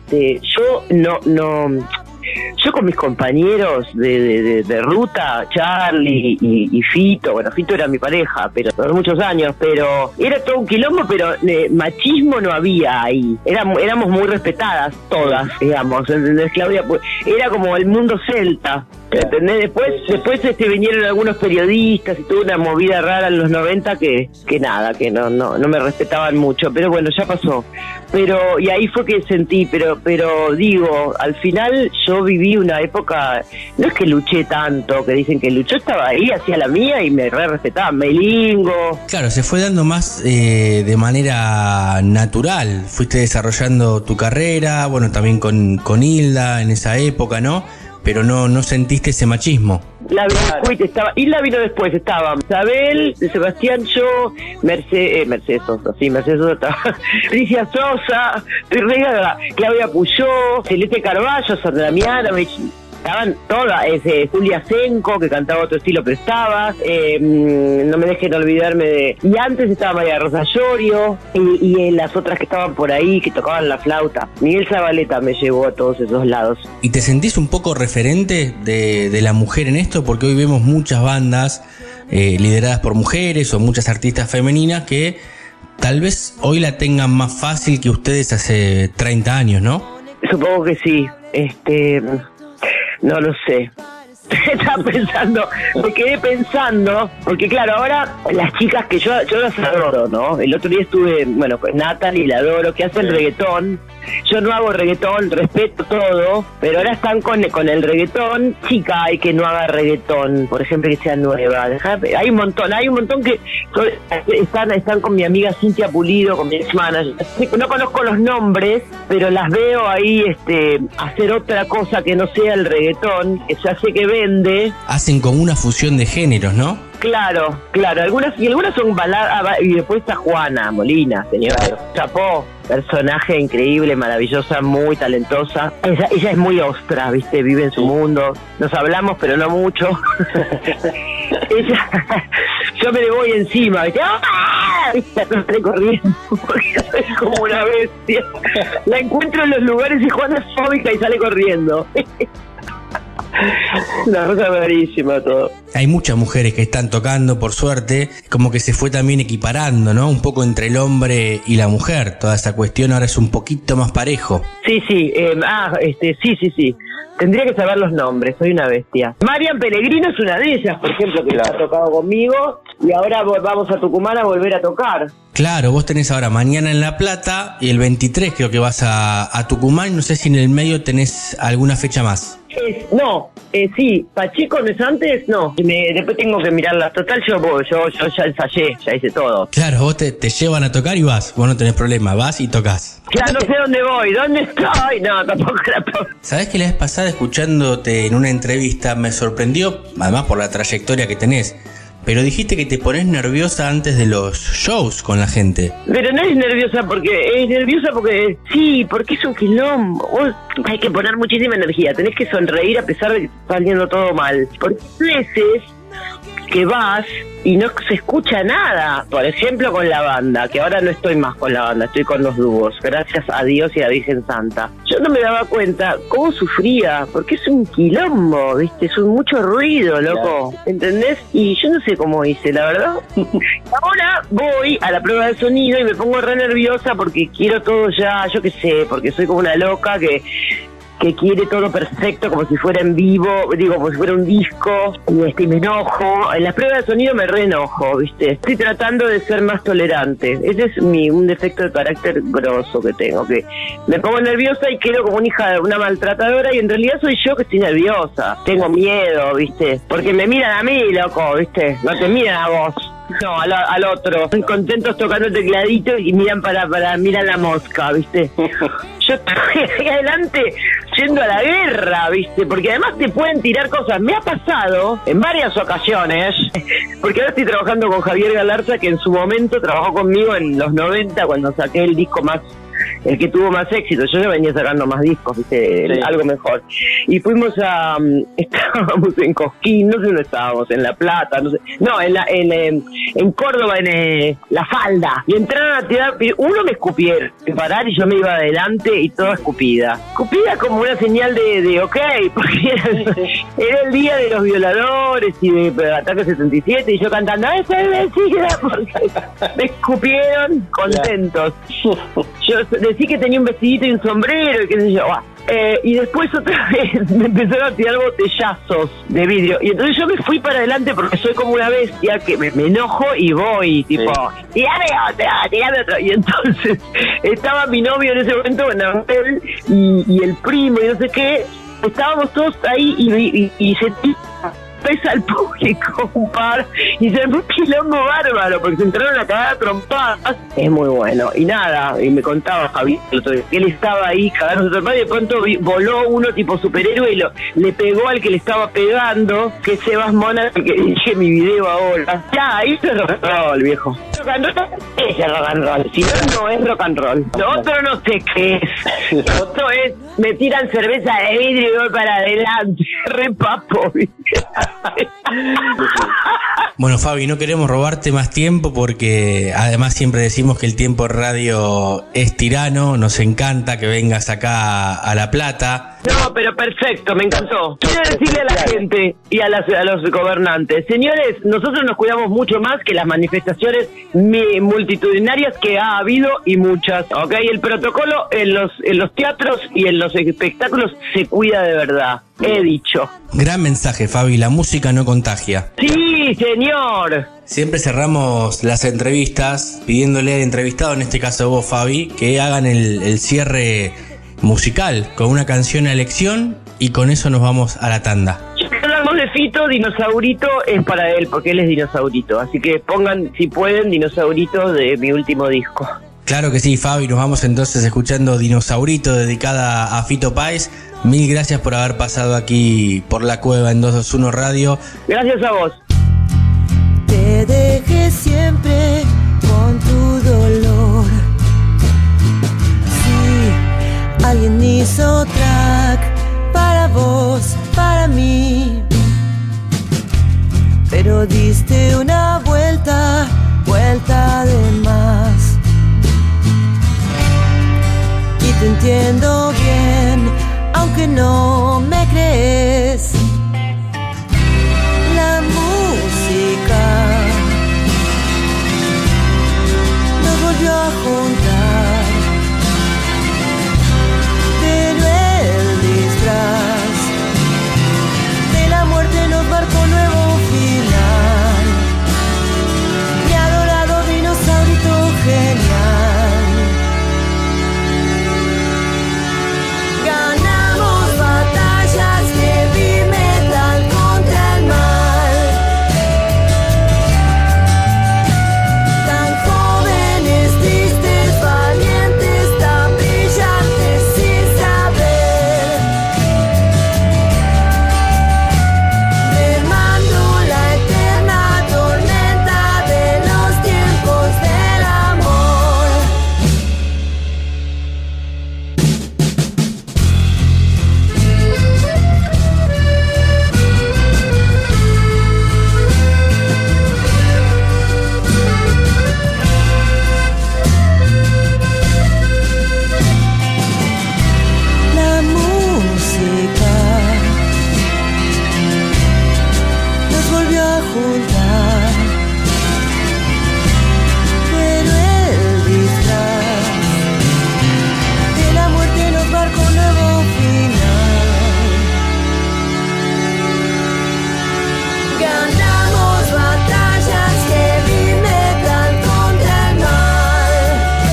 yo con mis compañeros de ruta, Charlie y Fito, bueno, Fito era mi pareja, pero por muchos años, pero era todo un quilombo, pero machismo no había ahí. Éramos muy respetadas todas, digamos, ¿entendés, Claudia? Pues era como el mundo celta. ¿Entendés? Después vinieron algunos periodistas y tuvo una movida rara en los 90 que nada, que no me respetaban mucho, pero bueno, ya pasó. Y ahí fue que sentí, pero digo, al final yo viví una época, no es que luché tanto, que dicen que luchó, estaba ahí, hacía la mía y me respetaban, melingo. Claro, se fue dando más de manera natural, fuiste desarrollando tu carrera, bueno, también con Hilda en esa época, ¿no? Pero no sentiste ese machismo. La estaba, Hilda vino después, estaba Isabel, Sebastián, yo, Mercedes Sosa, estaba, Patricia Sosa, Claudia Puyó, Celeste Carballo, Sandra Damiana, estaban todas, Julia Senco, que cantaba otro estilo, pero estaba, no me dejen olvidarme de... Y antes estaba María Rosa Llorio, y las otras que estaban por ahí, que tocaban la flauta. Miguel Zabaleta me llevó a todos esos lados. ¿Y te sentís un poco referente de la mujer en esto? Porque hoy vemos muchas bandas lideradas por mujeres o muchas artistas femeninas que tal vez hoy la tengan más fácil que ustedes hace 30 años, ¿no? Supongo que sí, no lo sé. Estaba pensando, me quedé pensando, porque claro, ahora las chicas que yo las adoro, ¿no? El otro día estuve, bueno, con Natalie, la adoro, que hace el reggaetón. Yo no hago reggaetón, respeto todo, pero ahora están con el reggaetón. Chica, hay que no haga reggaetón, por ejemplo, que sea nueva. Hay un montón que están con mi amiga Cintia Pulido, con mi ex manager. No conozco los nombres, pero las veo ahí hacer otra cosa que no sea el reggaetón, que ya sé que vende. Hacen como una fusión de géneros, ¿no? Claro, algunas son baladas, y después está Juana Molina, señora, chapó, personaje increíble, maravillosa, muy talentosa. Ella es muy ostra, ¿viste? Vive en su mundo, nos hablamos pero no mucho. Yo me le voy encima, ¿viste? ¡Ah! No estoy corriendo, porque soy como una bestia. La encuentro en los lugares y Juana es fóbica y sale corriendo. Una cosa rarísima todo. Hay muchas mujeres que están tocando, por suerte, como que se fue también equiparando, ¿no? Un poco entre el hombre y la mujer. Toda esa cuestión ahora es un poquito más parejo. Sí. Sí. Tendría que saber los nombres, soy una bestia. Marian Pellegrino es una de ellas, por ejemplo, que ha tocado conmigo y ahora vamos a Tucumán a volver a tocar. Claro, vos tenés ahora mañana en La Plata y el 23 creo que vas a Tucumán. No sé si en el medio tenés alguna fecha más. Sí, Pacheco no es antes, no. Después tengo que mirarlas. Total, yo ya ensayé, ya hice todo. Claro, vos te llevan a tocar y vas. Vos no tenés problema, vas y tocas. Ya no sé dónde voy, ¿dónde estoy? No, tampoco la puedo. ¿Sabés que la vez pasada, escuchándote en una entrevista, me sorprendió, además por la trayectoria que tenés, pero dijiste que te pones nerviosa antes de los shows con la gente? Pero no es nerviosa porque sí, porque es un quilombo. Hay que poner muchísima energía, tenés que sonreír a pesar de que está saliendo todo mal. Porque a veces que vas y no se escucha nada. Por ejemplo, con la banda, que ahora no estoy más con la banda, estoy con los dúos, gracias a Dios y a Virgen Santa. Yo no me daba cuenta cómo sufría, porque es un quilombo, ¿viste? Es mucho ruido, loco, ¿entendés? Y yo no sé cómo hice, la verdad. Ahora voy a la prueba de sonido y me pongo re nerviosa porque quiero todo ya, yo qué sé, porque soy como una loca que quiere todo perfecto, como si fuera en vivo, como si fuera un disco, y me enojo. En las pruebas de sonido me reenojo, ¿viste? Estoy tratando de ser más tolerante. Ese es un defecto de carácter grosso que tengo, que me pongo nerviosa y quedo como una hija de una maltratadora, y en realidad soy yo que estoy nerviosa. Tengo miedo, ¿viste? Porque me miran a mí, loco, ¿viste? No te miran a vos. No, al otro. Están contentos tocando el tecladito y miran miran la mosca, ¿viste? Yo estoy ahí adelante yendo a la guerra, ¿viste? Porque además te pueden tirar cosas. Me ha pasado en varias ocasiones, porque ahora estoy trabajando con Javier Galarza, que en su momento trabajó conmigo en los 90 cuando saqué el disco el que tuvo más éxito. Yo ya venía sacando más discos, ¿viste? Sí. Algo mejor. Y fuimos estábamos en Cosquín, no sé dónde estábamos, en La Plata, no sé. No, en Córdoba, en La Falda. Y entraron a tirar, uno me escupieron, parar, y yo me iba adelante y toda escupida. Escupida como una señal de ok, porque era el día de los violadores y de Ataque 77, y yo cantando, ¡ese es mentira! Porque me escupieron contentos. Yo decí que tenía un vestidito y un sombrero y qué sé yo. Y después otra vez me empezaron a tirar botellazos de vidrio. Y entonces yo me fui para adelante porque soy como una bestia que me enojo y voy, tipo, tirame otro. Y entonces estaba mi novio en ese momento, Nahuel, y el primo y no sé qué. Estábamos todos ahí y se pesa al público un par y se armó un quilombo bárbaro porque se entraron a cagar a trompadas. Es muy bueno. Y nada, y me contaba Javier que él estaba ahí cagando a trompadas y de pronto voló uno tipo superhéroe y le pegó al que le estaba pegando, que es Sebas Mona, que dije mi video ahora. Ya, ahí es rock and roll, viejo. Rock and roll es rock and roll, si no es rock and roll. Lo otro no sé qué es. Lo otro es, me tiran cerveza de vidrio y voy para adelante. Re papo, ¿viste? Bueno, Fabi, no queremos robarte más tiempo porque además siempre decimos que el tiempo en radio es tirano. Nos encanta que vengas acá a La Plata. No, pero perfecto, me encantó. Quiero decirle a la gente y a los gobernantes, señores, nosotros nos cuidamos mucho más que las manifestaciones multitudinarias que ha habido y muchas, ¿ok? El protocolo en los teatros y en los espectáculos se cuida de verdad, he dicho. Gran mensaje, Fabi, la música no contagia. Sí, señor. Siempre cerramos las entrevistas pidiéndole al entrevistado, en este caso vos, Fabi, que hagan el cierre musical con una canción a elección y con eso nos vamos a la tanda. Hablamos de Fito, Dinosaurito es para él porque él es Dinosaurito, así que pongan, si pueden, Dinosaurito de mi último disco. Claro que sí, Fabi, nos vamos entonces escuchando Dinosaurito, dedicada a Fito Páez. Mil gracias por haber pasado aquí por La Cueva en 221 Radio. Gracias a vos. Te dejé siempre con tu dolor. Sí, alguien hizo track para vos, para mí. Pero diste una vuelta de más. Y te entiendo bien, aunque no me crees. La música nos volvió a juntar, pero el disfraz de la muerte nos marcó nuevo final. Mi adorado dinosaurito genial. Ganamos batallas, heavy metal contra el mal. Tan jóvenes, tristes, valientes, tan brillantes sin saber. Remando la eterna tormenta de los tiempos del amor. La música nos volvió a juntar, pero el disfraz de la muerte nos marcó un nuevo final. Ganamos batallas, heavy metal contra el mal.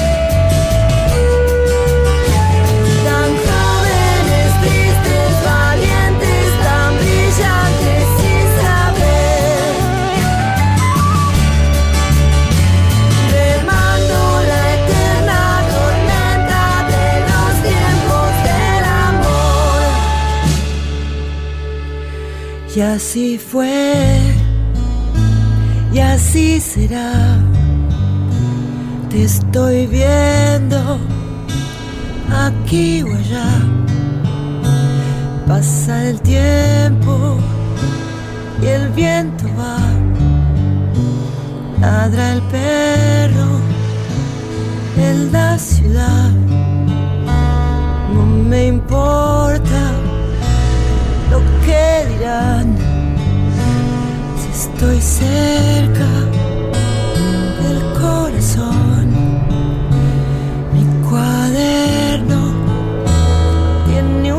Tan jóvenes, tristes, valientes, tan brillantes sin saber. Remando la eterna tormenta de los tiempos del amor. Y así fue, y así será. Te estoy viendo aquí o allá. Pasa el tiempo y el viento va. Ladra el perro en la ciudad. No me importa lo que dirán. Si estoy cerca del corazón, mi cuaderno tiene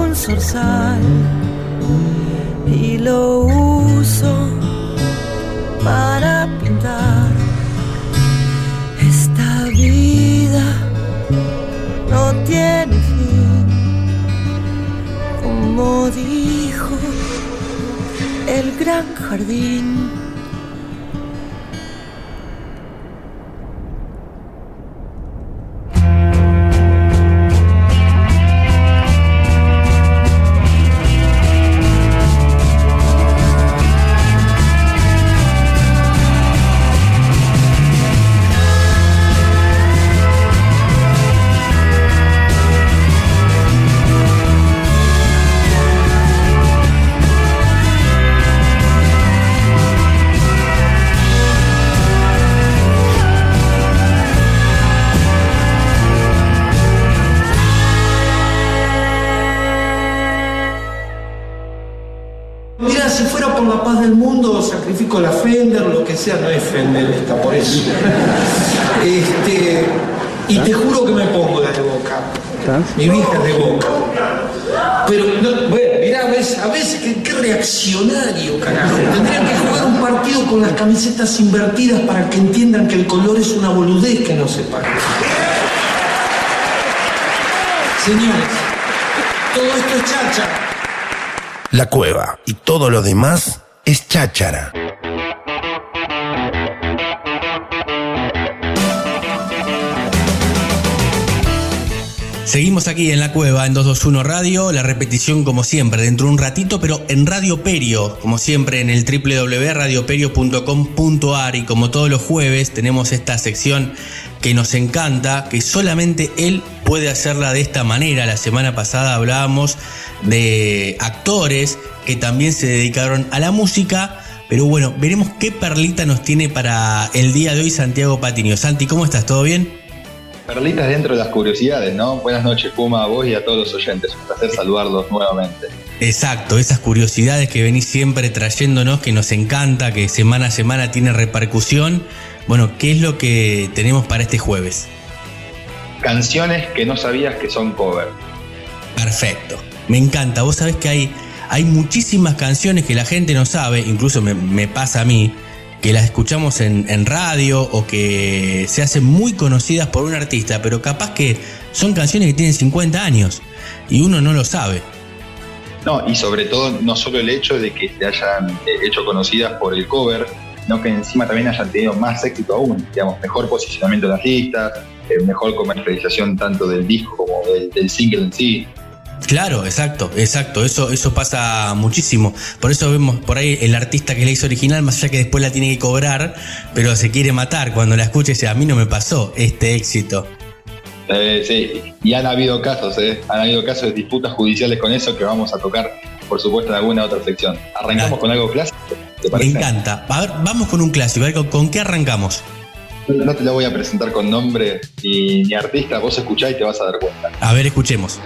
gran jardín. Mira, si fuera por la paz del mundo, sacrifico la Fender, lo que sea, no es Fender esta, por eso. Y te juro que me pongo la de Boca. Mi vieja es de Boca. Pero, no, bueno, mirá, a veces qué reaccionario, carajo. Tendrían que jugar un partido con las camisetas invertidas para que entiendan que el color es una boludez que no se paga. Señores, todo esto es cháchara. La Cueva y todo lo demás es cháchara. Seguimos aquí en La Cueva, en 221 Radio, la repetición como siempre, dentro de un ratito, pero en Radio Perio, como siempre en el www.radioperio.com.ar, y como todos los jueves tenemos esta sección que nos encanta, que solamente él puede hacerla de esta manera. La semana pasada hablábamos de actores que también se dedicaron a la música, pero bueno, veremos qué perlita nos tiene para el día de hoy Santiago Patiño. Santi, ¿cómo estás? ¿Todo bien? Perlitas dentro de las curiosidades, ¿no? Buenas noches, Puma, a vos y a todos los oyentes. Un placer saludarlos nuevamente. Exacto, esas curiosidades que venís siempre trayéndonos, que nos encanta, que semana a semana tiene repercusión. Bueno, ¿qué es lo que tenemos para este jueves? Canciones que no sabías que son cover. Perfecto, me encanta. Vos sabés que hay muchísimas canciones que la gente no sabe, incluso me pasa a mí, que las escuchamos en radio o que se hacen muy conocidas por un artista, pero capaz que son canciones que tienen 50 años y uno no lo sabe. No, y sobre todo no solo el hecho de que se hayan hecho conocidas por el cover, sino que encima también hayan tenido más éxito aún, digamos, mejor posicionamiento en las listas, mejor comercialización tanto del disco como del single en sí. Claro, exacto, eso pasa muchísimo. Por eso vemos por ahí el artista que la hizo original, más allá que después la tiene que cobrar, pero se quiere matar cuando la escucha y dice, a mí no me pasó este éxito. Sí, y han habido casos de disputas judiciales con eso que vamos a tocar, por supuesto, en alguna otra sección. ¿Arrancamos con algo clásico? ¿Te parece? Me encanta. A ver, vamos con un clásico. A ver, ¿con qué arrancamos? No te lo voy a presentar con nombre ni artista, vos escuchá y te vas a dar cuenta. A ver, escuchemos.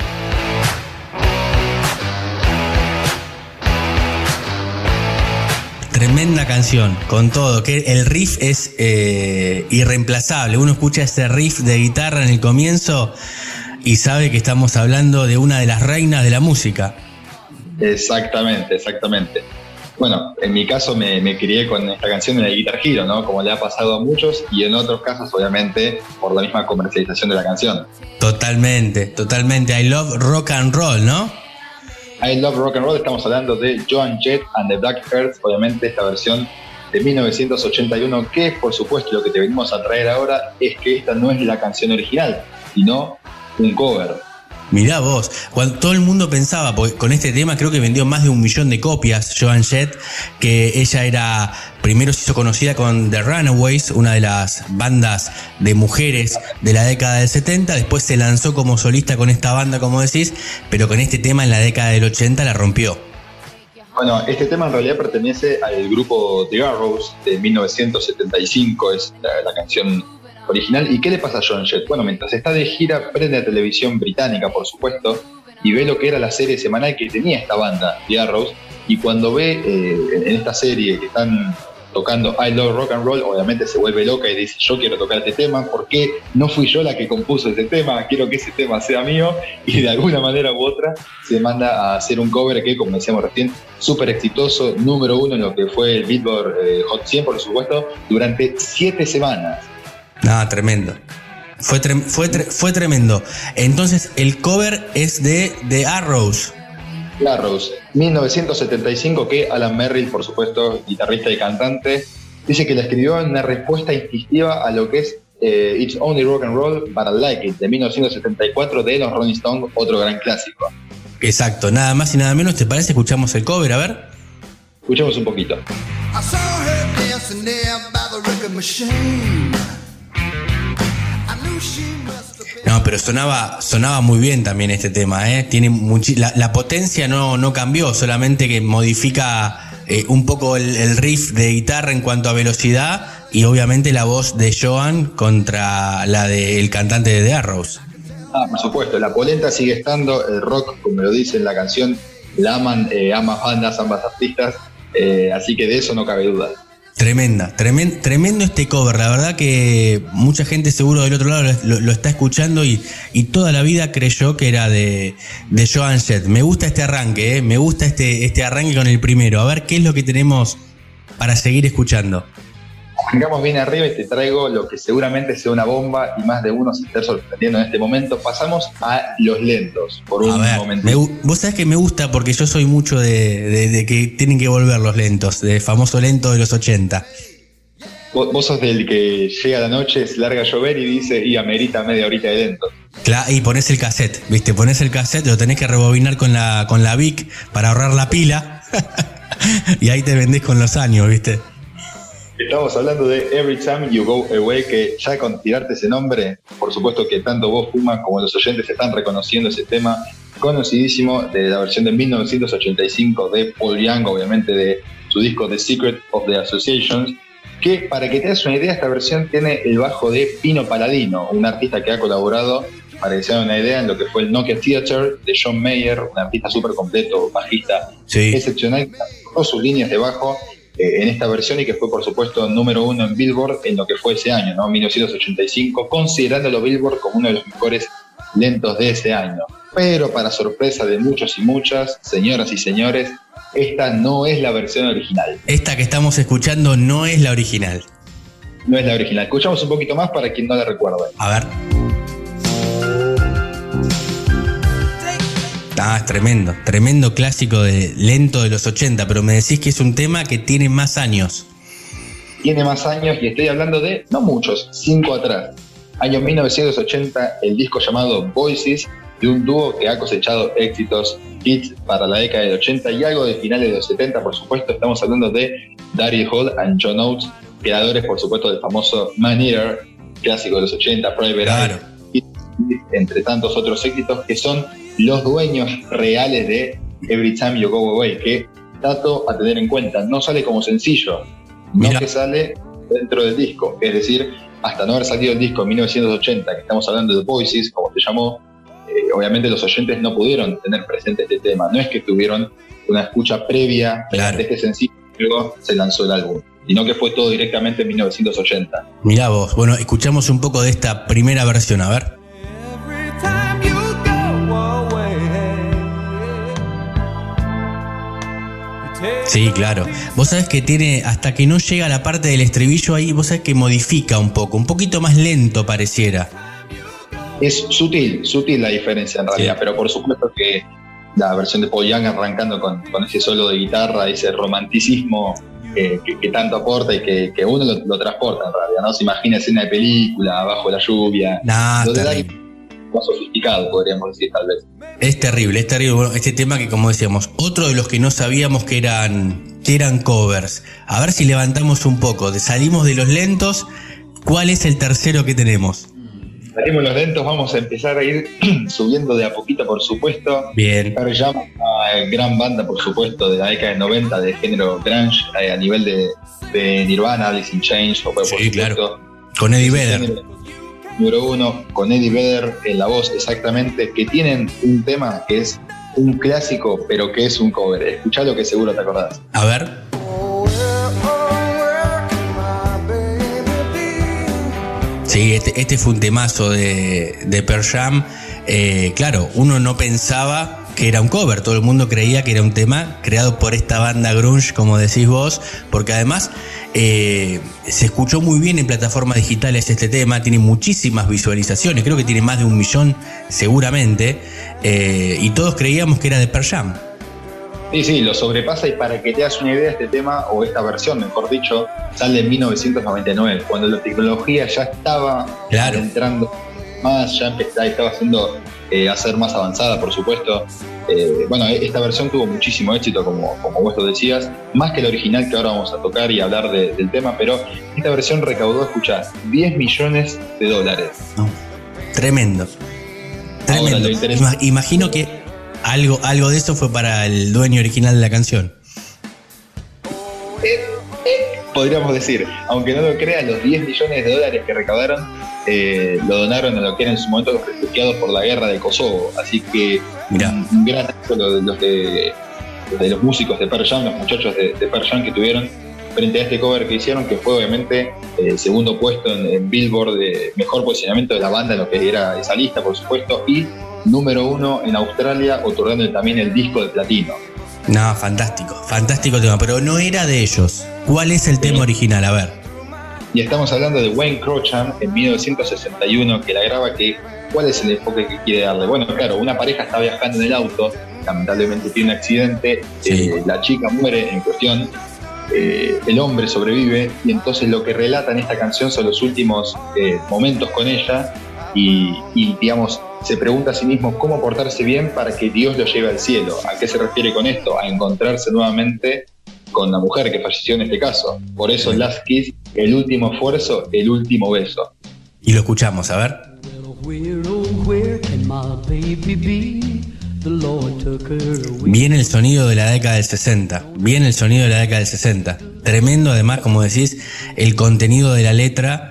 Tremenda canción, con todo, que el riff es irreemplazable. Uno escucha ese riff de guitarra en el comienzo y sabe que estamos hablando de una de las reinas de la música. Exactamente. Bueno, en mi caso me crié con esta canción en el Guitar Hero, ¿no? Como le ha pasado a muchos, y en otros casos, obviamente, por la misma comercialización de la canción. Totalmente. I Love Rock and Roll, ¿no? I Love Rock and Roll, estamos hablando de Joan Jett and the Black Hearts, obviamente esta versión de 1981, que por supuesto lo que te venimos a traer ahora es que esta no es la canción original, sino un cover. Mirá vos, cuando todo el mundo pensaba, porque con este tema creo que vendió más de 1 millón de copias Joan Jett, que ella primero se hizo conocida con The Runaways, una de las bandas de mujeres de la década del 70, después se lanzó como solista con esta banda, como decís, pero con este tema en la década del 80 la rompió. Bueno, este tema en realidad pertenece al grupo The Arrows de 1975, es la canción original. ¿Y qué le pasa a Joan Jett? Bueno, mientras está de gira, prende la televisión británica, por supuesto, y ve lo que era la serie semanal que tenía esta banda, The Arrows, y cuando ve en esta serie que están tocando I Love Rock and Roll, obviamente se vuelve loca y dice, yo quiero tocar este tema, ¿por qué no fui yo la que compuso este tema? Quiero que ese tema sea mío, y de alguna manera u otra se manda a hacer un cover que, como decíamos recién, súper exitoso, número 1 en lo que fue el Billboard Hot 100, por supuesto, durante 7 semanas. No, tremendo. Fue tremendo. Entonces, el cover es de The Arrows. Garrows, 1975, que Alan Merrill, por supuesto, guitarrista y cantante, dice que la escribió en una respuesta instintiva a lo que es It's Only Rock and Roll, But I Like It, de 1974, de los Rolling Stones, otro gran clásico. Exacto, nada más y nada menos. ¿Te parece? Escuchamos el cover, a ver. Escuchemos un poquito. I saw her dancing there by the record machine. I knew she must have been. No, pero sonaba muy bien también este tema, ¿eh? Tiene la potencia no cambió, solamente que modifica un poco el riff de guitarra en cuanto a velocidad y obviamente la voz de Joan contra la del cantante de The Arrows. Por supuesto, la polenta sigue estando, el rock, como lo dice en la canción, la aman ambas bandas, ambas artistas, así que de eso no cabe duda. Tremendo este cover, la verdad que mucha gente seguro del otro lado lo está escuchando y toda la vida creyó que era de Joan Jett. Me gusta este arranque, me gusta este arranque con el primero. A ver qué es lo que tenemos para seguir escuchando. Arrancamos bien arriba y te traigo lo que seguramente sea una bomba y más de uno se esté sorprendiendo en este momento. Pasamos a los lentos, por un momento. Vos sabés que me gusta porque yo soy mucho de que tienen que volver los lentos, de famoso lento de los 80. Vos sos del que llega la noche, se larga a llover y dice, y amerita media horita de lento. Claro, y ponés el cassette, ¿viste? Ponés el cassette, lo tenés que rebobinar con la Vic para ahorrar la pila y ahí te vendés con los años, ¿viste? Estamos hablando de Every Time You Go Away, que ya con tirarte ese nombre, por supuesto que tanto vos, Puma, como los oyentes están reconociendo ese tema conocidísimo de la versión de 1985 de Paul Young, obviamente de su disco The Secret of the Associations, que para que te des una idea, esta versión tiene el bajo de Pino Palladino, un artista que ha colaborado, para que se hagan una idea, en lo que fue el Nokia Theater de John Mayer, un artista súper completo, bajista excepcional, con sus líneas de bajo en esta versión y que fue por supuesto número 1 en Billboard en lo que fue ese año, ¿no? 1985, considerándolo Billboard como uno de los mejores lentos de ese año. Pero para sorpresa de muchos y muchas, señoras y señores, esta no es la versión original. Esta que estamos escuchando no es la original. No es la original. Escuchamos un poquito más para quien no la recuerde. A ver. Es tremendo clásico de lento de los 80, pero me decís que es un tema que tiene más años. Tiene más años y estoy hablando de, no muchos, 5 atrás. Año 1980, el disco llamado Voices, de un dúo que ha cosechado éxitos, hits para la década del 80 y algo de finales de los 70, por supuesto. Estamos hablando de Daryl Hall and John Oates, creadores, por supuesto, del famoso Man Eater, clásico de los 80, Private Eye, y entre tantos otros éxitos que son los dueños reales de Every Time You Go Away, que, dato a tener en cuenta, no sale como sencillo, no que sale dentro del disco, es decir, hasta no haber salido el disco en 1980, que estamos hablando de Voices, como se llamó, obviamente los oyentes no pudieron tener presente este tema, no es que tuvieron una escucha previa de este sencillo y luego se lanzó el álbum, sino que fue todo directamente en 1980. Mirá vos, bueno, escuchamos un poco de esta primera versión, a ver. Sí, claro. Vos sabés que tiene, hasta que no llega a la parte del estribillo ahí, vos sabés que modifica un poquito más lento pareciera. Es sutil la diferencia en realidad, pero por supuesto que la versión de Paul Young arrancando con ese solo de guitarra, ese romanticismo que tanto aporta y que uno lo transporta en realidad, ¿no? Se imagina escena de película, bajo la lluvia. Lo de Daryl más sofisticado, podríamos decir, tal vez. Es terrible. Bueno, este tema que, como decíamos, otro de los que no sabíamos que eran covers. A ver si levantamos un poco. Salimos de los lentos. ¿Cuál es el tercero que tenemos? Salimos de los lentos, vamos a empezar a ir subiendo de a poquito, por supuesto. Bien. Pearl Jam, una gran banda, por supuesto, de la década del 90, de género grunge, a nivel de Nirvana, Alice in Chains, por supuesto. Claro. Con Eddie Vedder. Número 1, con Eddie Vedder en la voz, exactamente, que tienen un tema que es un clásico, pero que es un cover. Escuchalo que seguro te acordás. A ver. Sí, este fue un temazo de Pearl Jam. Claro, uno no pensaba que era un cover, todo el mundo creía que era un tema creado por esta banda grunge, como decís vos, porque además se escuchó muy bien en plataformas digitales este tema, tiene muchísimas visualizaciones, creo que tiene más de 1 millón seguramente, y todos creíamos que era de Pearl Jam. Sí, lo sobrepasa, y para que te hagas una idea, este tema, o esta versión, mejor dicho, sale en 1999, cuando la tecnología ya estaba entrando más, ya estaba haciendo a ser más avanzada, por supuesto. Bueno, esta versión tuvo muchísimo éxito, como vos lo decías, más que la original, que ahora vamos a tocar y hablar del tema, pero esta versión recaudó, escuchá, $10 millones. No, tremendo. Ahora, Imagino que algo de eso fue para el dueño original de la canción. Podríamos decir, aunque no lo creas, los $10 millones que recaudaron lo donaron a lo que eran en su momento los refugiados por la guerra de Kosovo. Así que un gran acto de los músicos de Pearl Jam, los muchachos de Pearl Jam, que tuvieron frente a este cover que hicieron, que fue obviamente segundo puesto en Billboard de mejor posicionamiento de la banda en lo que era esa lista, por supuesto, y número 1 en Australia, otorgándole también el disco de platino. No, fantástico tema, pero no era de ellos. ¿Cuál es el tema original? A ver. Y estamos hablando de Wayne Crochan en 1961, que la graba. ¿Cuál es el enfoque que quiere darle? Bueno, claro, una pareja está viajando en el auto, lamentablemente tiene un accidente, la chica muere en cuestión, el hombre sobrevive, y entonces lo que relata en esta canción son los últimos momentos con ella, y digamos, se pregunta a sí mismo cómo portarse bien para que Dios lo lleve al cielo. ¿A qué se refiere con esto? A encontrarse nuevamente con la mujer que falleció en este caso. Por eso Last Kiss, el último esfuerzo, el último beso. Y lo escuchamos, a ver. Viene el sonido de la década del 60. Tremendo, además, como decís, el contenido de la letra.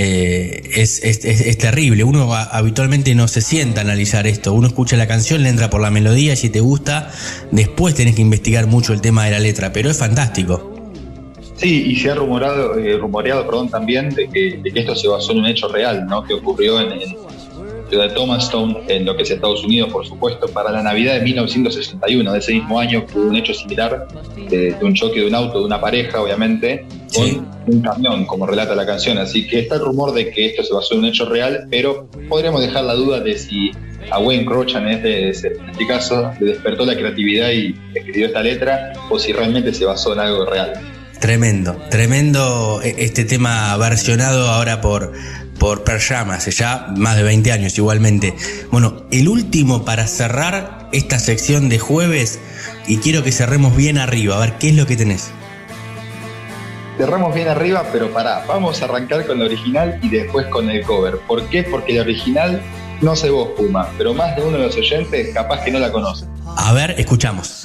Es terrible. Uno habitualmente no se sienta a analizar esto. Uno escucha la canción, le entra por la melodía, y si te gusta, después tenés que investigar mucho el tema de la letra, pero es fantástico. Sí, y se ha rumoreado también de que esto se basó en un hecho real, ¿no? Que ocurrió en ciudad de Thomastown, en lo que es Estados Unidos, por supuesto, para la Navidad de 1961, de ese mismo año, que hubo un hecho similar de un choque de un auto de una pareja, obviamente, con un camión, como relata la canción. Así que está el rumor de que esto se basó en un hecho real, pero podríamos dejar la duda de si a Wayne Crochan en este caso le despertó la creatividad y escribió esta letra, o si realmente se basó en algo real. Tremendo este tema versionado ahora por Pearl Jam, hace ya más de 20 años igualmente. Bueno, el último para cerrar esta sección de jueves, y quiero que cerremos bien arriba, a ver qué es lo que tenés. Cerramos bien arriba, pero vamos a arrancar con la original y después con el cover. ¿Por qué? Porque la original, no sé vos, Puma, pero más de uno de los oyentes capaz que no la conoce. A ver, escuchamos.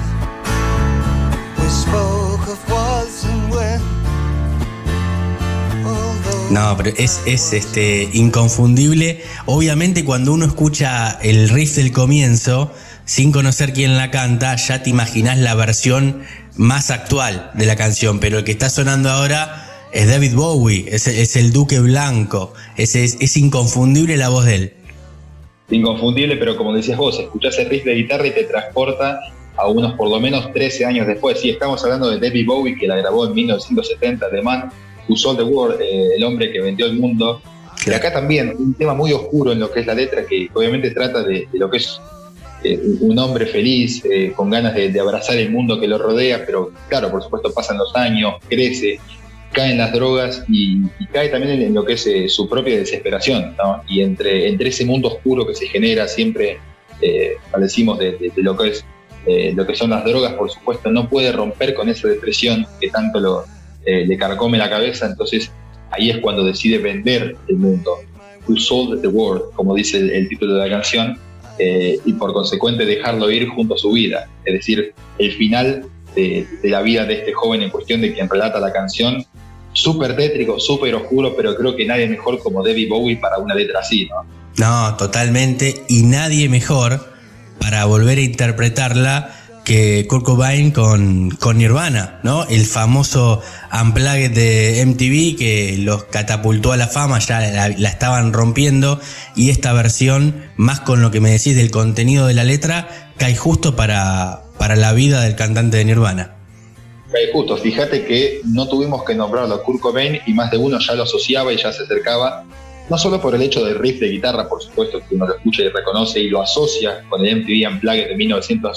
No, pero es inconfundible. Obviamente, cuando uno escucha el riff del comienzo, sin conocer quién la canta, ya te imaginás la versión más actual de la canción. Pero el que está sonando ahora es David Bowie, es el Duque Blanco. Es inconfundible la voz de él. Inconfundible, pero como decías vos, escuchás el riff de guitarra y te transporta a unos por lo menos 13 años después. Sí, estamos hablando de David Bowie, que la grabó en 1970, The Man Who Sold the World, el hombre que vendió el mundo. Y acá también un tema muy oscuro en lo que es la letra, que obviamente trata de lo que es un hombre feliz, con ganas de abrazar el mundo que lo rodea, pero claro, por supuesto pasan los años, crece, cae en las drogas y cae también en lo que es su propia desesperación, ¿no? Y entre ese mundo oscuro que se genera siempre, decimos de lo que son las drogas, por supuesto, no puede romper con esa depresión que tanto le carcome la cabeza. Entonces ahí es cuando decide vender el mundo, Who Sold the World, como dice el título de la canción, y por consecuente dejarlo ir junto a su vida, es decir, el final de la vida de este joven en cuestión, de quien relata la canción. Súper tétrico, súper oscuro, pero creo que nadie mejor como David Bowie para una letra así, ¿no? No, totalmente, y nadie mejor para volver a interpretarla que Kurt Cobain con Nirvana, ¿no? El famoso Unplugged de MTV que los catapultó a la fama, ya la estaban rompiendo, y esta versión, más con lo que me decís del contenido de la letra, cae justo para la vida del cantante de Nirvana. Justo, fíjate que no tuvimos que nombrarlo a Kurt Cobain y más de uno ya lo asociaba y ya se acercaba, no solo por el hecho del riff de guitarra, por supuesto, que uno lo escucha y reconoce y lo asocia con el MTV Unplugged de 1970,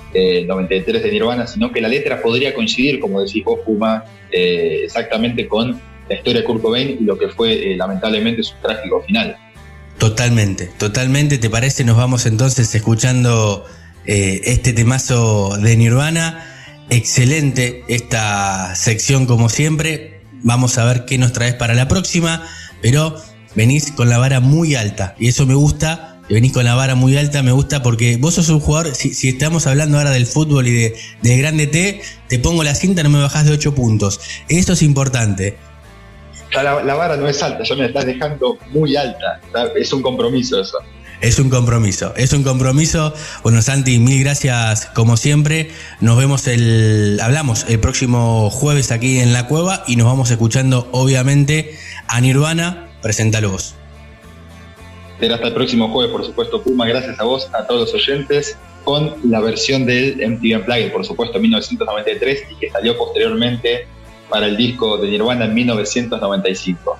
93 de Nirvana, sino que la letra podría coincidir, como decís vos, Puma, exactamente con la historia de Kurt Cobain y lo que fue lamentablemente su trágico final. Totalmente. ¿Te parece? Nos vamos entonces escuchando este temazo de Nirvana. Excelente esta sección como siempre. Vamos a ver qué nos traes para la próxima, pero venís con la vara muy alta y eso me gusta. Venís con la vara muy alta, me gusta porque vos sos un jugador, si estamos hablando ahora del fútbol y de grande T, te pongo la cinta, no me bajás de 8 puntos. Eso es importante. La vara no es alta, ya me la estás dejando muy alta. Es un compromiso eso. Es un compromiso. Bueno, Santi, mil gracias como siempre. Nos vemos hablamos el próximo jueves aquí en La Cueva y nos vamos escuchando obviamente a Nirvana. Preséntalo vos. Será hasta el próximo jueves, por supuesto, Puma. Gracias a vos, a todos los oyentes, con la versión del MTV Unplugged, por supuesto, en 1993 y que salió posteriormente para el disco de Nirvana en 1995.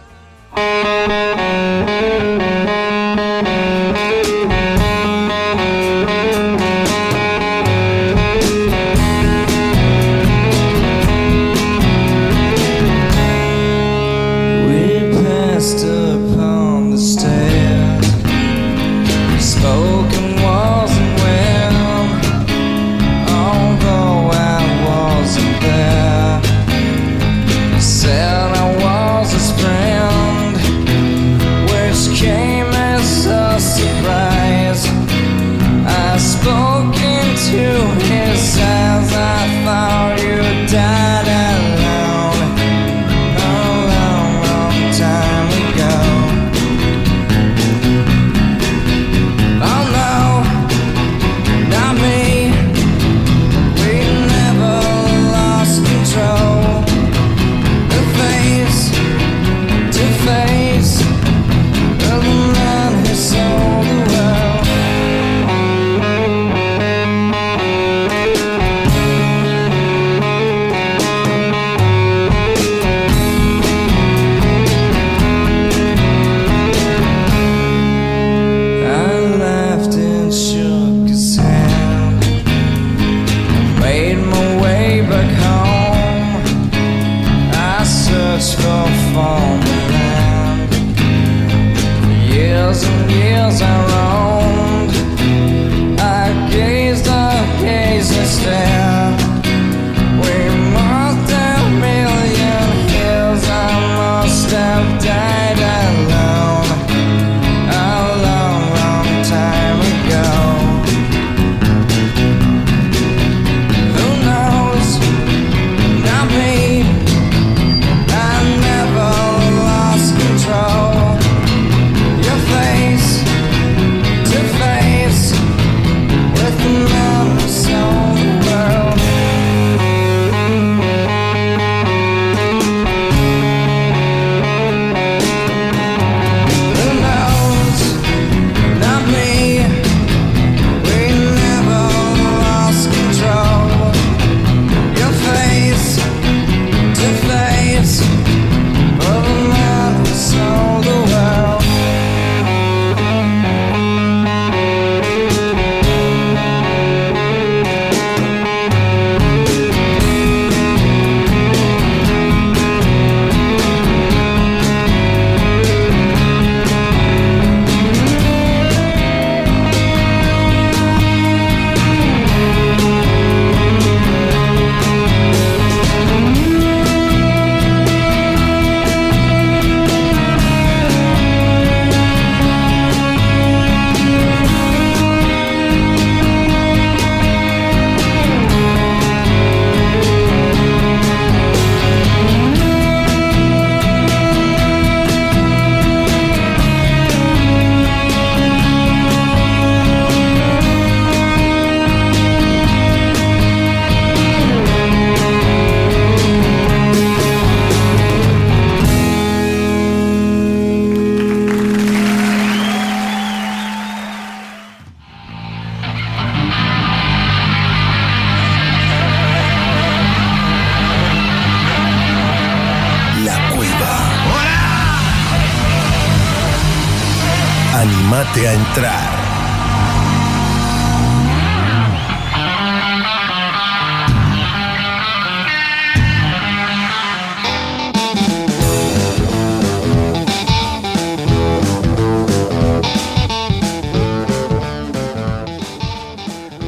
Animate a entrar.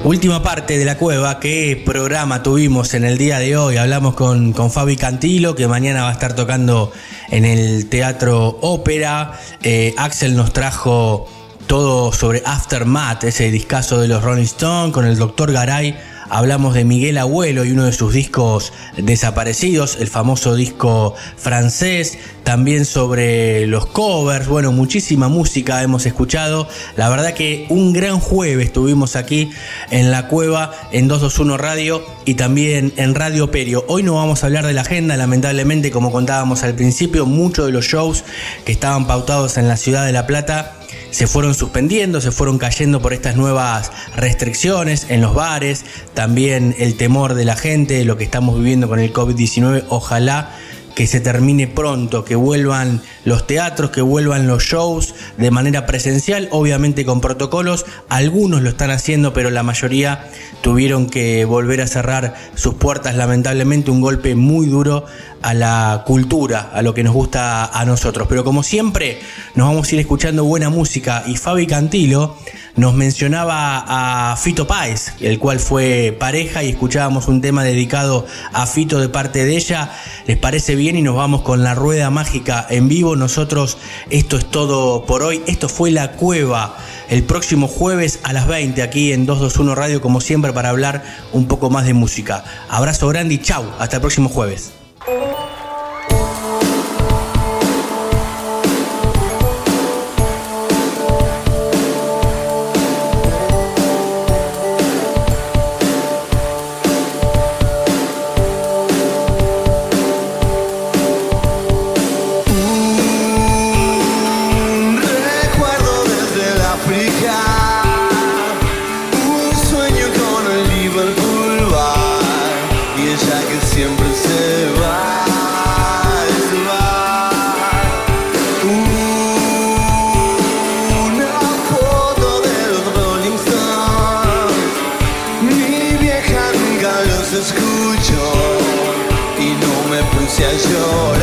Última parte de La Cueva. ¿Qué programa tuvimos en el día de hoy? Hablamos con Fabi Cantilo, que mañana va a estar tocando en el Teatro Ópera. Axel nos trajo todo sobre Aftermath, ese discazo de los Rolling Stones. Con el Dr. Garay hablamos de Miguel Abuelo y uno de sus discos desaparecidos, el famoso disco francés. También sobre los covers. Bueno, muchísima música hemos escuchado. La verdad que un gran jueves tuvimos aquí en La Cueva, en 221 Radio y también en Radio Perio. Hoy no vamos a hablar de la agenda, lamentablemente, como contábamos al principio, muchos de los shows que estaban pautados en la ciudad de La Plata se fueron suspendiendo, se fueron cayendo por estas nuevas restricciones en los bares. También el temor de la gente, lo que estamos viviendo con el COVID-19. Ojalá que se termine pronto, que vuelvan los teatros, que vuelvan los shows de manera presencial, obviamente con protocolos. Algunos lo están haciendo, pero la mayoría tuvieron que volver a cerrar sus puertas, lamentablemente. Un golpe muy duro a la cultura, a lo que nos gusta a nosotros. Pero como siempre, nos vamos a ir escuchando buena música, y Fabi Cantilo nos mencionaba a Fito Páez, el cual fue pareja, y escuchábamos un tema dedicado a Fito de parte de ella. ¿Les parece bien? Y nos vamos con La Rueda Mágica en vivo. Nosotros, esto es todo por hoy. Esto fue La Cueva. El próximo jueves a las 20 aquí en 221 Radio, como siempre, para hablar un poco más de música. Abrazo grande y chau, hasta el próximo jueves. Escucho y no me puse a llorar.